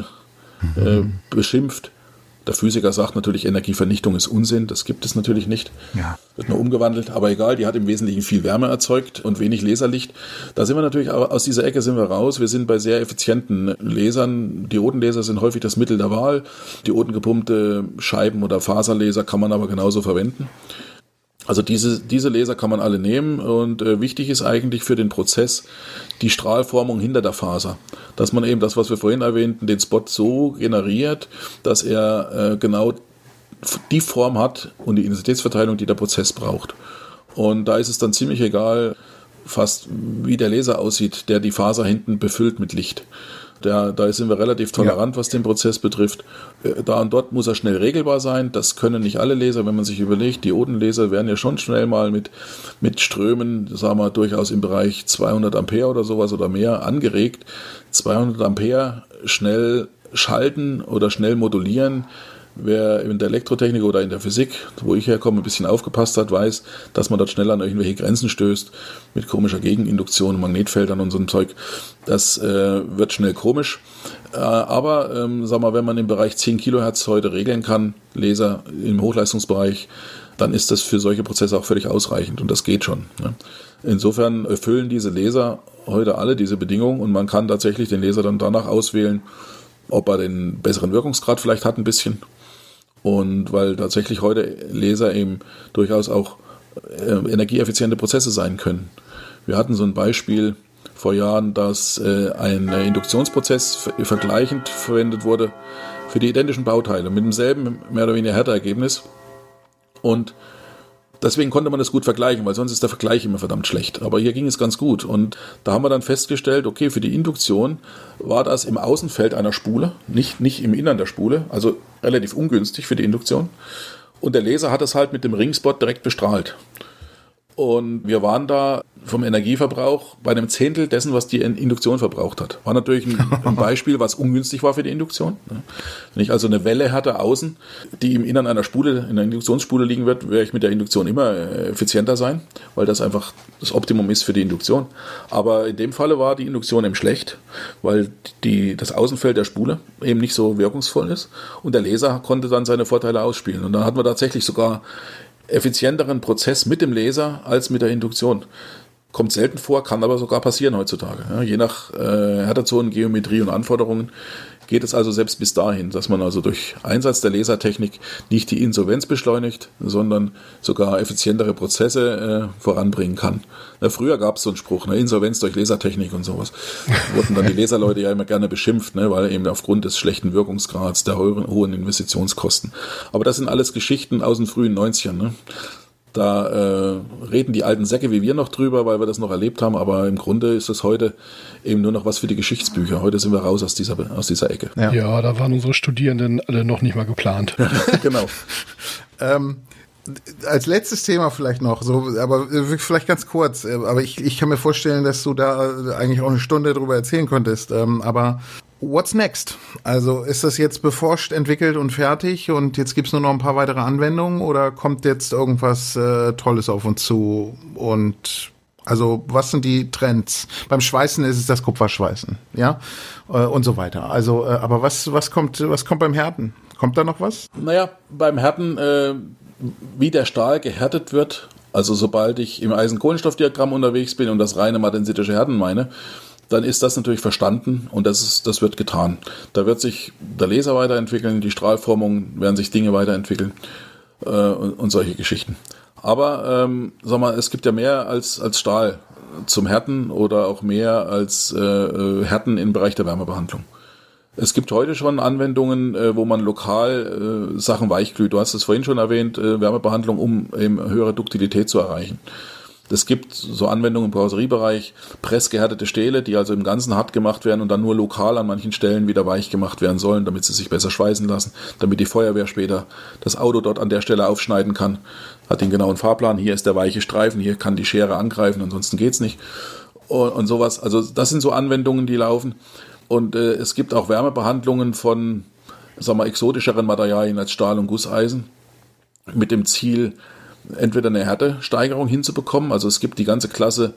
beschimpft. Der Physiker sagt natürlich, Energievernichtung ist Unsinn, das gibt es natürlich nicht. Ja. Wird nur umgewandelt, aber egal, die hat im Wesentlichen viel Wärme erzeugt und wenig Laserlicht. Da sind wir natürlich, aus dieser Ecke sind wir raus. Wir sind bei sehr effizienten Lasern. Diodenlaser sind häufig das Mittel der Wahl. Diodengepumpte Scheiben- oder Faserlaser kann man aber genauso verwenden. Also diese Laser kann man alle nehmen und wichtig ist eigentlich für den Prozess die Strahlformung hinter der Faser. Dass man eben das, was wir vorhin erwähnten, den Spot so generiert, dass er genau die Form hat und die Intensitätsverteilung, die der Prozess braucht. Und da ist es dann ziemlich egal, fast wie der Laser aussieht, der die Faser hinten befüllt mit Licht. Da sind wir relativ tolerant, was den Prozess betrifft. Da und dort muss er schnell regelbar sein. Das können nicht alle Laser, wenn man sich überlegt. Diodenlaser werden ja schon schnell mal mit Strömen, sagen wir, durchaus im Bereich 200 Ampere oder sowas oder mehr angeregt. 200 Ampere schnell schalten oder schnell modulieren. Wer in der Elektrotechnik oder in der Physik, wo ich herkomme, ein bisschen aufgepasst hat, weiß, dass man dort schnell an irgendwelche Grenzen stößt, mit komischer Gegeninduktion, Magnetfeldern und so ein Zeug. Das wird schnell komisch. Aber sag mal, wenn man im Bereich 10 Kilohertz heute regeln kann, Laser im Hochleistungsbereich, dann ist das für solche Prozesse auch völlig ausreichend und das geht schon. Ne? Insofern erfüllen diese Laser heute alle diese Bedingungen und man kann tatsächlich den Laser dann danach auswählen, ob er den besseren Wirkungsgrad vielleicht hat ein bisschen. Und weil tatsächlich heute Laser eben durchaus auch energieeffiziente Prozesse sein können. Wir hatten so ein Beispiel vor Jahren, dass ein Induktionsprozess vergleichend verwendet wurde für die identischen Bauteile mit demselben mehr oder weniger Härteergebnis. Und deswegen konnte man das gut vergleichen, weil sonst ist der Vergleich immer verdammt schlecht. Aber hier ging es ganz gut. Und da haben wir dann festgestellt, okay, für die Induktion war das im Außenfeld einer Spule, nicht im Innern der Spule, also relativ ungünstig für die Induktion. Und der Laser hat es halt mit dem Ringspot direkt bestrahlt. Und wir waren da vom Energieverbrauch bei einem Zehntel dessen, was die Induktion verbraucht hat. War natürlich ein Beispiel, was ungünstig war für die Induktion. Wenn ich also eine Welle hatte außen, die im Innern einer Spule, in einer Induktionsspule liegen wird, werde ich mit der Induktion immer effizienter sein, weil das einfach das Optimum ist für die Induktion. Aber in dem Falle war die Induktion eben schlecht, weil das Außenfeld der Spule eben nicht so wirkungsvoll ist und der Laser konnte dann seine Vorteile ausspielen. Und dann hatten wir tatsächlich sogar effizienteren Prozess mit dem Laser als mit der Induktion. Kommt selten vor, kann aber sogar passieren heutzutage. Ja, je nach Härtezonen, Geometrie und Anforderungen geht es also selbst bis dahin, dass man also durch Einsatz der Lasertechnik nicht die Insolvenz beschleunigt, sondern sogar effizientere Prozesse voranbringen kann. Früher gab es so einen Spruch, Insolvenz durch Lasertechnik und sowas. Wurden dann die Laserleute ja immer gerne beschimpft, weil eben aufgrund des schlechten Wirkungsgrads, der hohen Investitionskosten. Aber das sind alles Geschichten aus den frühen 90ern. Da reden die alten Säcke wie wir noch drüber, weil wir das noch erlebt haben, aber im Grunde ist es heute eben nur noch was für die Geschichtsbücher. Heute sind wir raus aus dieser Ecke. Ja, da waren unsere Studierenden alle noch nicht mal geplant. Genau. Als letztes Thema vielleicht noch, so, aber vielleicht ganz kurz, aber ich kann mir vorstellen, dass du da eigentlich auch eine Stunde drüber erzählen könntest, aber what's next? Also ist das jetzt beforscht, entwickelt und fertig und jetzt gibt's nur noch ein paar weitere Anwendungen oder kommt jetzt irgendwas Tolles auf uns zu? Und also was sind die Trends? Beim Schweißen ist es das Kupferschweißen, ja, und so weiter. Also, aber was kommt beim Härten? Kommt da noch was? Naja, beim Härten, wie der Stahl gehärtet wird, also sobald ich im Eisen-Kohlenstoff-Diagramm unterwegs bin und das reine magnetisch Härten meine, dann ist das natürlich verstanden und das wird getan. Da wird sich der Laser weiterentwickeln, die Strahlformungen werden sich Dinge weiterentwickeln und solche Geschichten. Aber sag mal, es gibt ja mehr als Stahl zum Härten oder auch mehr als Härten im Bereich der Wärmebehandlung. Es gibt heute schon Anwendungen, wo man lokal Sachen weichglüht. Du hast es vorhin schon erwähnt, Wärmebehandlung, um eben höhere Duktilität zu erreichen. Es gibt so Anwendungen im Karosseriebereich, pressgehärtete Stähle, die also im Ganzen hart gemacht werden und dann nur lokal an manchen Stellen wieder weich gemacht werden sollen, damit sie sich besser schweißen lassen, damit die Feuerwehr später das Auto dort an der Stelle aufschneiden kann. Hat den genauen Fahrplan, hier ist der weiche Streifen, hier kann die Schere angreifen, ansonsten geht's nicht. Und sowas, also das sind so Anwendungen, die laufen. Und es gibt auch Wärmebehandlungen von, sagen wir, exotischeren Materialien als Stahl und Gusseisen mit dem Ziel, entweder eine Härtesteigerung hinzubekommen, also es gibt die ganze Klasse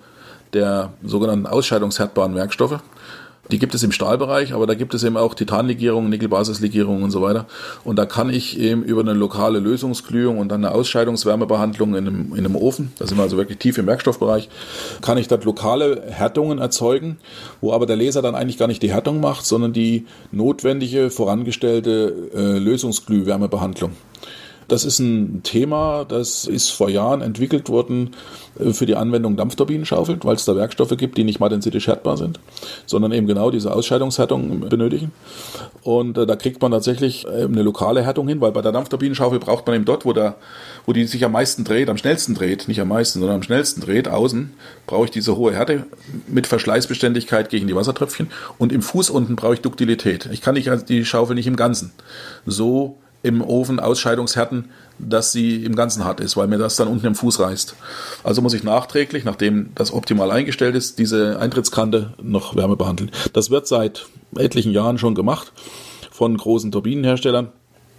der sogenannten ausscheidungshärtbaren Werkstoffe. Die gibt es im Stahlbereich, aber da gibt es eben auch Titanlegierungen, Nickelbasislegierungen und so weiter. Und da kann ich eben über eine lokale Lösungsglühung und dann eine Ausscheidungswärmebehandlung in einem Ofen, da sind wir also wirklich tief im Werkstoffbereich, kann ich dort lokale Härtungen erzeugen, wo aber der Laser dann eigentlich gar nicht die Härtung macht, sondern die notwendige, vorangestellte Lösungsglühwärmebehandlung. Das ist ein Thema, das ist vor Jahren entwickelt worden für die Anwendung Dampfturbinenschaufel, weil es da Werkstoffe gibt, die nicht magnetisch härtbar sind, sondern eben genau diese Ausscheidungshärtung benötigen. Und da kriegt man tatsächlich eine lokale Härtung hin, weil bei der Dampfturbinenschaufel braucht man eben dort, wo die sich am meisten dreht, am schnellsten dreht, nicht am meisten, sondern am schnellsten dreht, außen, brauche ich diese hohe Härte mit Verschleißbeständigkeit gegen die Wassertröpfchen. Und im Fuß unten brauche ich Duktilität. Ich kann die Schaufel nicht im Ganzen so im Ofen Ausscheidungshärten, dass sie im Ganzen hart ist, weil mir das dann unten im Fuß reißt. Also muss ich nachträglich, nachdem das optimal eingestellt ist, diese Eintrittskante noch Wärme behandeln. Das wird seit etlichen Jahren schon gemacht von großen Turbinenherstellern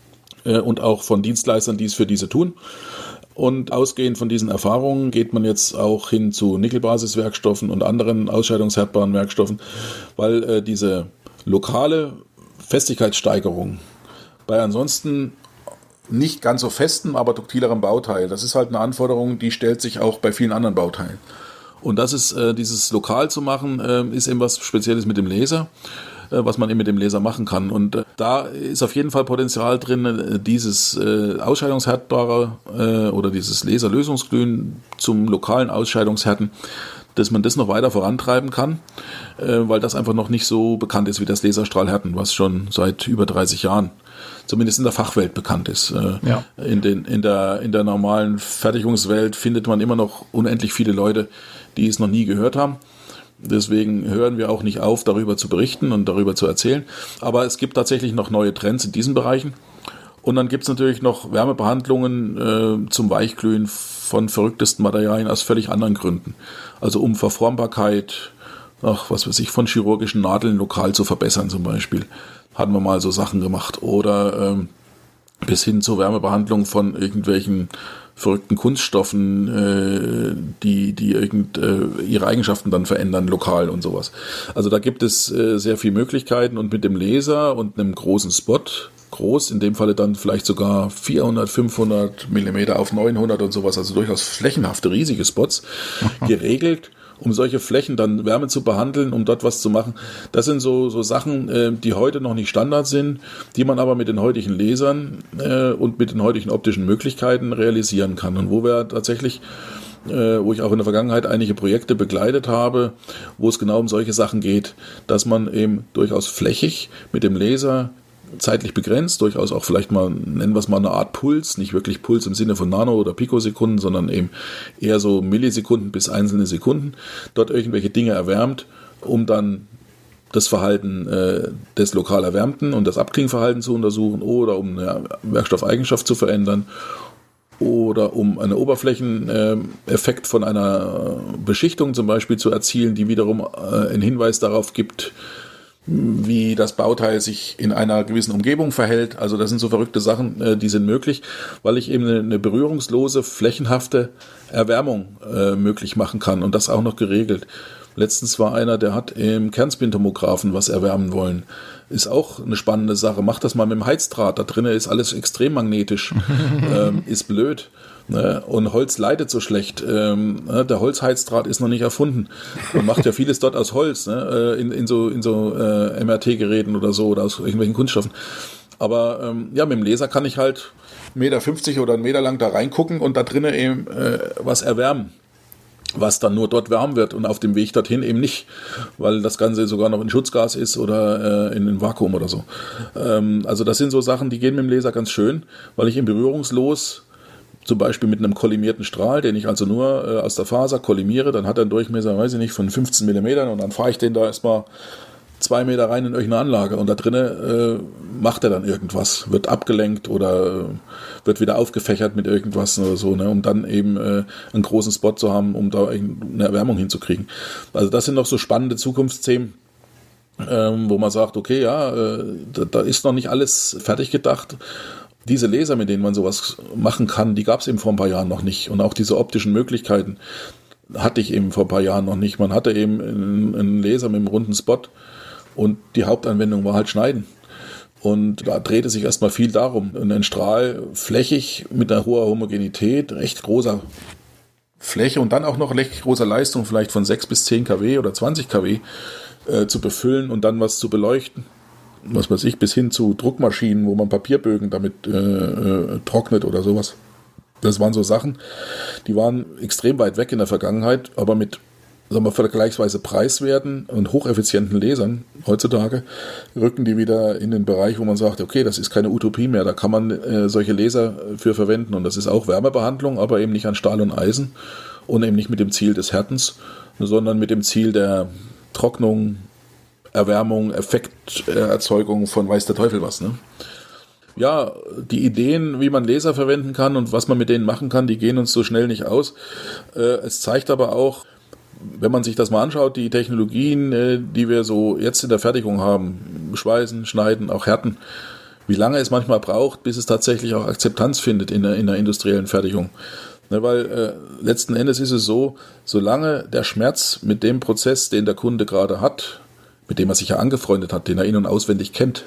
und auch von Dienstleistern, die es für diese tun. Und ausgehend von diesen Erfahrungen geht man jetzt auch hin zu Nickelbasiswerkstoffen und anderen ausscheidungshärtbaren Werkstoffen, weil diese lokale Festigkeitssteigerung bei ansonsten nicht ganz so festem, aber duktilerem Bauteil. Das ist halt eine Anforderung, die stellt sich auch bei vielen anderen Bauteilen. Und das ist, dieses lokal zu machen, ist eben was Spezielles mit dem Laser, was man eben mit dem Laser machen kann. Und da ist auf jeden Fall Potenzial drin, dieses Ausscheidungshärtbare oder dieses Laserlösungsglühen zum lokalen Ausscheidungshärten, dass man das noch weiter vorantreiben kann, weil das einfach noch nicht so bekannt ist wie das Laserstrahlhärten, was schon seit über 30 Jahren zumindest in der Fachwelt bekannt ist. Ja. In der normalen Fertigungswelt findet man immer noch unendlich viele Leute, die es noch nie gehört haben. Deswegen hören wir auch nicht auf, darüber zu berichten und darüber zu erzählen. Aber es gibt tatsächlich noch neue Trends in diesen Bereichen. Und dann gibt es natürlich noch Wärmebehandlungen zum Weichglühen von verrücktesten Materialien aus völlig anderen Gründen. Also um Verformbarkeit, von chirurgischen Nadeln lokal zu verbessern zum Beispiel. Hatten wir mal so Sachen gemacht. Oder bis hin zur Wärmebehandlung von irgendwelchen verrückten Kunststoffen, die ihre Eigenschaften dann verändern, lokal und sowas. Also da gibt es sehr viele Möglichkeiten und mit dem Laser und einem großen Spot, groß, in dem Falle dann vielleicht sogar 400, 500 Millimeter auf 900 und sowas, also durchaus flächenhafte, riesige Spots, geregelt, um solche Flächen dann Wärme zu behandeln, um dort was zu machen. Das sind so Sachen, die heute noch nicht Standard sind, die man aber mit den heutigen Lasern und mit den heutigen optischen Möglichkeiten realisieren kann. Und wo wir tatsächlich, wo ich auch in der Vergangenheit einige Projekte begleitet habe, wo es genau um solche Sachen geht, dass man eben durchaus flächig mit dem Laser zeitlich begrenzt, durchaus auch vielleicht mal, nennen wir es mal eine Art Puls, nicht wirklich Puls im Sinne von Nano- oder Pikosekunden, sondern eben eher so Millisekunden bis einzelne Sekunden, dort irgendwelche Dinge erwärmt, um dann das Verhalten des lokal Erwärmten und das Abklingverhalten zu untersuchen oder um eine Werkstoffeigenschaft zu verändern oder um einen Oberflächeneffekt von einer Beschichtung zum Beispiel zu erzielen, die wiederum einen Hinweis darauf gibt, wie das Bauteil sich in einer gewissen Umgebung verhält. Also das sind so verrückte Sachen, die sind möglich, weil ich eben eine berührungslose, flächenhafte Erwärmung möglich machen kann und das auch noch geregelt. Letztens war einer, der hat im Kernspintomographen was erwärmen wollen. Ist auch eine spannende Sache. Mach das mal mit dem Heizdraht. Da drinnen ist alles extrem magnetisch. Ist blöd. Ne? Und Holz leidet so schlecht. Der Holzheizdraht ist noch nicht erfunden. Man macht ja vieles dort aus Holz, ne? in so MRT-Geräten oder so oder aus irgendwelchen Kunststoffen. Aber mit dem Laser kann ich halt 1,50 Meter oder 1 Meter lang da reingucken und da drinnen eben was erwärmen, was dann nur dort warm wird und auf dem Weg dorthin eben nicht, weil das Ganze sogar noch in Schutzgas ist oder in ein Vakuum oder so. Also das sind so Sachen, die gehen mit dem Laser ganz schön, weil ich im berührungslos, zum Beispiel mit einem kollimierten Strahl, den ich also nur aus der Faser kollimiere, dann hat er einen Durchmesser, weiß ich nicht, von 15 Millimetern und dann fahre ich den da erstmal 2 Meter rein in irgendeine Anlage und da drinnen macht er dann irgendwas, wird abgelenkt oder wird wieder aufgefächert mit irgendwas oder so, ne, um dann eben einen großen Spot zu haben, um da eine Erwärmung hinzukriegen. Also das sind noch so spannende Zukunftsthemen, wo man sagt, okay, ja, da ist noch nicht alles fertig gedacht. Diese Laser, mit denen man sowas machen kann, die gab es eben vor ein paar Jahren noch nicht und auch diese optischen Möglichkeiten. hatte ich eben vor ein paar Jahren noch nicht. Man hatte eben einen Laser mit einem runden Spot und die Hauptanwendung war halt Schneiden. Und da drehte sich erstmal viel darum. Ein Strahl flächig mit einer hohen Homogenität, recht großer Fläche und dann auch noch recht großer Leistung, vielleicht von 6 bis 10 kW oder 20 kW zu befüllen und dann was zu beleuchten. Was weiß ich, bis hin zu Druckmaschinen, wo man Papierbögen damit trocknet oder sowas. Das waren so Sachen, die waren extrem weit weg in der Vergangenheit, aber mit, sagen wir, vergleichsweise preiswerten und hocheffizienten Lasern heutzutage rücken die wieder in den Bereich, wo man sagt, okay, das ist keine Utopie mehr, da kann man solche Laser für verwenden und das ist auch Wärmebehandlung, aber eben nicht an Stahl und Eisen und eben nicht mit dem Ziel des Härtens, sondern mit dem Ziel der Trocknung, Erwärmung, Effekterzeugung von weiß der Teufel was, ne? Ja, die Ideen, wie man Laser verwenden kann und was man mit denen machen kann, die gehen uns so schnell nicht aus. Es zeigt aber auch, wenn man sich das mal anschaut, die Technologien, die wir so jetzt in der Fertigung haben, Schweißen, Schneiden, auch Härten, wie lange es manchmal braucht, bis es tatsächlich auch Akzeptanz findet in der industriellen Fertigung. Ne, weil letzten Endes ist es so, solange der Schmerz mit dem Prozess, den der Kunde gerade hat, mit dem er sich ja angefreundet hat, den er in- und auswendig kennt,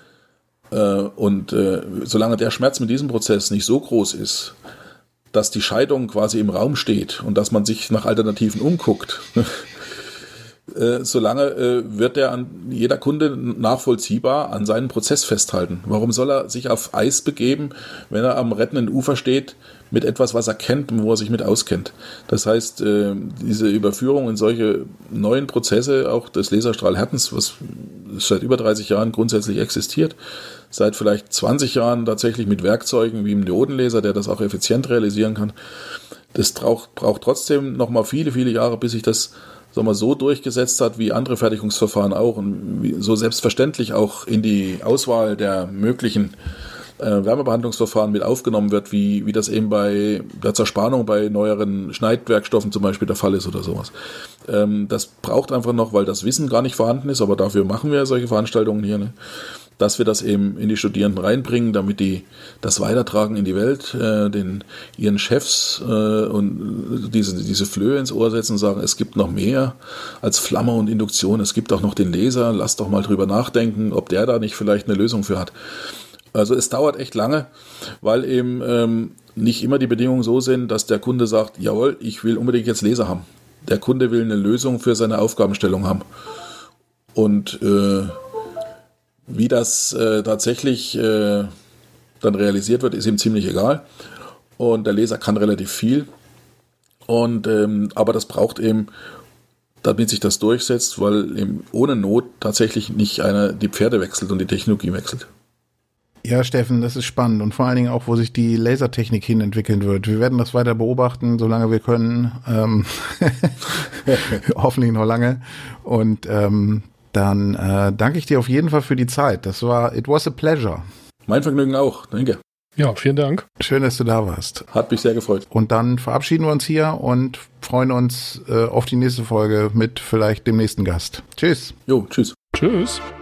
solange der Schmerz mit diesem Prozess nicht so groß ist, dass die Scheidung quasi im Raum steht und dass man sich nach Alternativen umguckt, solange wird jeder Kunde nachvollziehbar an seinen Prozess festhalten. Warum soll er sich auf Eis begeben, wenn er am rettenden Ufer steht mit etwas, was er kennt und wo er sich mit auskennt? Das heißt, diese Überführung in solche neuen Prozesse, auch des Laserstrahlhärtens, was seit über 30 Jahren grundsätzlich existiert, seit vielleicht 20 Jahren tatsächlich mit Werkzeugen wie einem Diodenlaser, der das auch effizient realisieren kann, das braucht trotzdem noch mal viele, viele Jahre, bis sich das so durchgesetzt hat, wie andere Fertigungsverfahren auch und so selbstverständlich auch in die Auswahl der möglichen Wärmebehandlungsverfahren mit aufgenommen wird, wie das eben bei der Zerspannung bei neueren Schneidwerkstoffen zum Beispiel der Fall ist oder sowas. Das braucht einfach noch, weil das Wissen gar nicht vorhanden ist, aber dafür machen wir solche Veranstaltungen hier, ne? Dass wir das eben in die Studierenden reinbringen, damit die das weitertragen in die Welt, ihren Chefs und diese Flöhe ins Ohr setzen und sagen, es gibt noch mehr als Flamme und Induktion, es gibt auch noch den Laser, lasst doch mal drüber nachdenken, ob der da nicht vielleicht eine Lösung für hat. Also es dauert echt lange, weil eben nicht immer die Bedingungen so sind, dass der Kunde sagt, jawohl, ich will unbedingt jetzt Laser haben. Der Kunde will eine Lösung für seine Aufgabenstellung haben. Und wie das tatsächlich dann realisiert wird, ist ihm ziemlich egal. Und der Laser kann relativ viel. Und aber das braucht eben, damit sich das durchsetzt, weil eben ohne Not tatsächlich nicht einer die Pferde wechselt und die Technologie wechselt. Ja, Steffen, das ist spannend und vor allen Dingen auch, wo sich die Lasertechnik hin entwickeln wird. Wir werden das weiter beobachten, solange wir können. Hoffentlich noch lange. Und dann danke ich dir auf jeden Fall für die Zeit. It was a pleasure. Mein Vergnügen auch, danke. Ja, vielen Dank. Schön, dass du da warst. Hat mich sehr gefreut. Und dann verabschieden wir uns hier und freuen uns auf die nächste Folge mit vielleicht dem nächsten Gast. Tschüss. Jo, tschüss. Tschüss.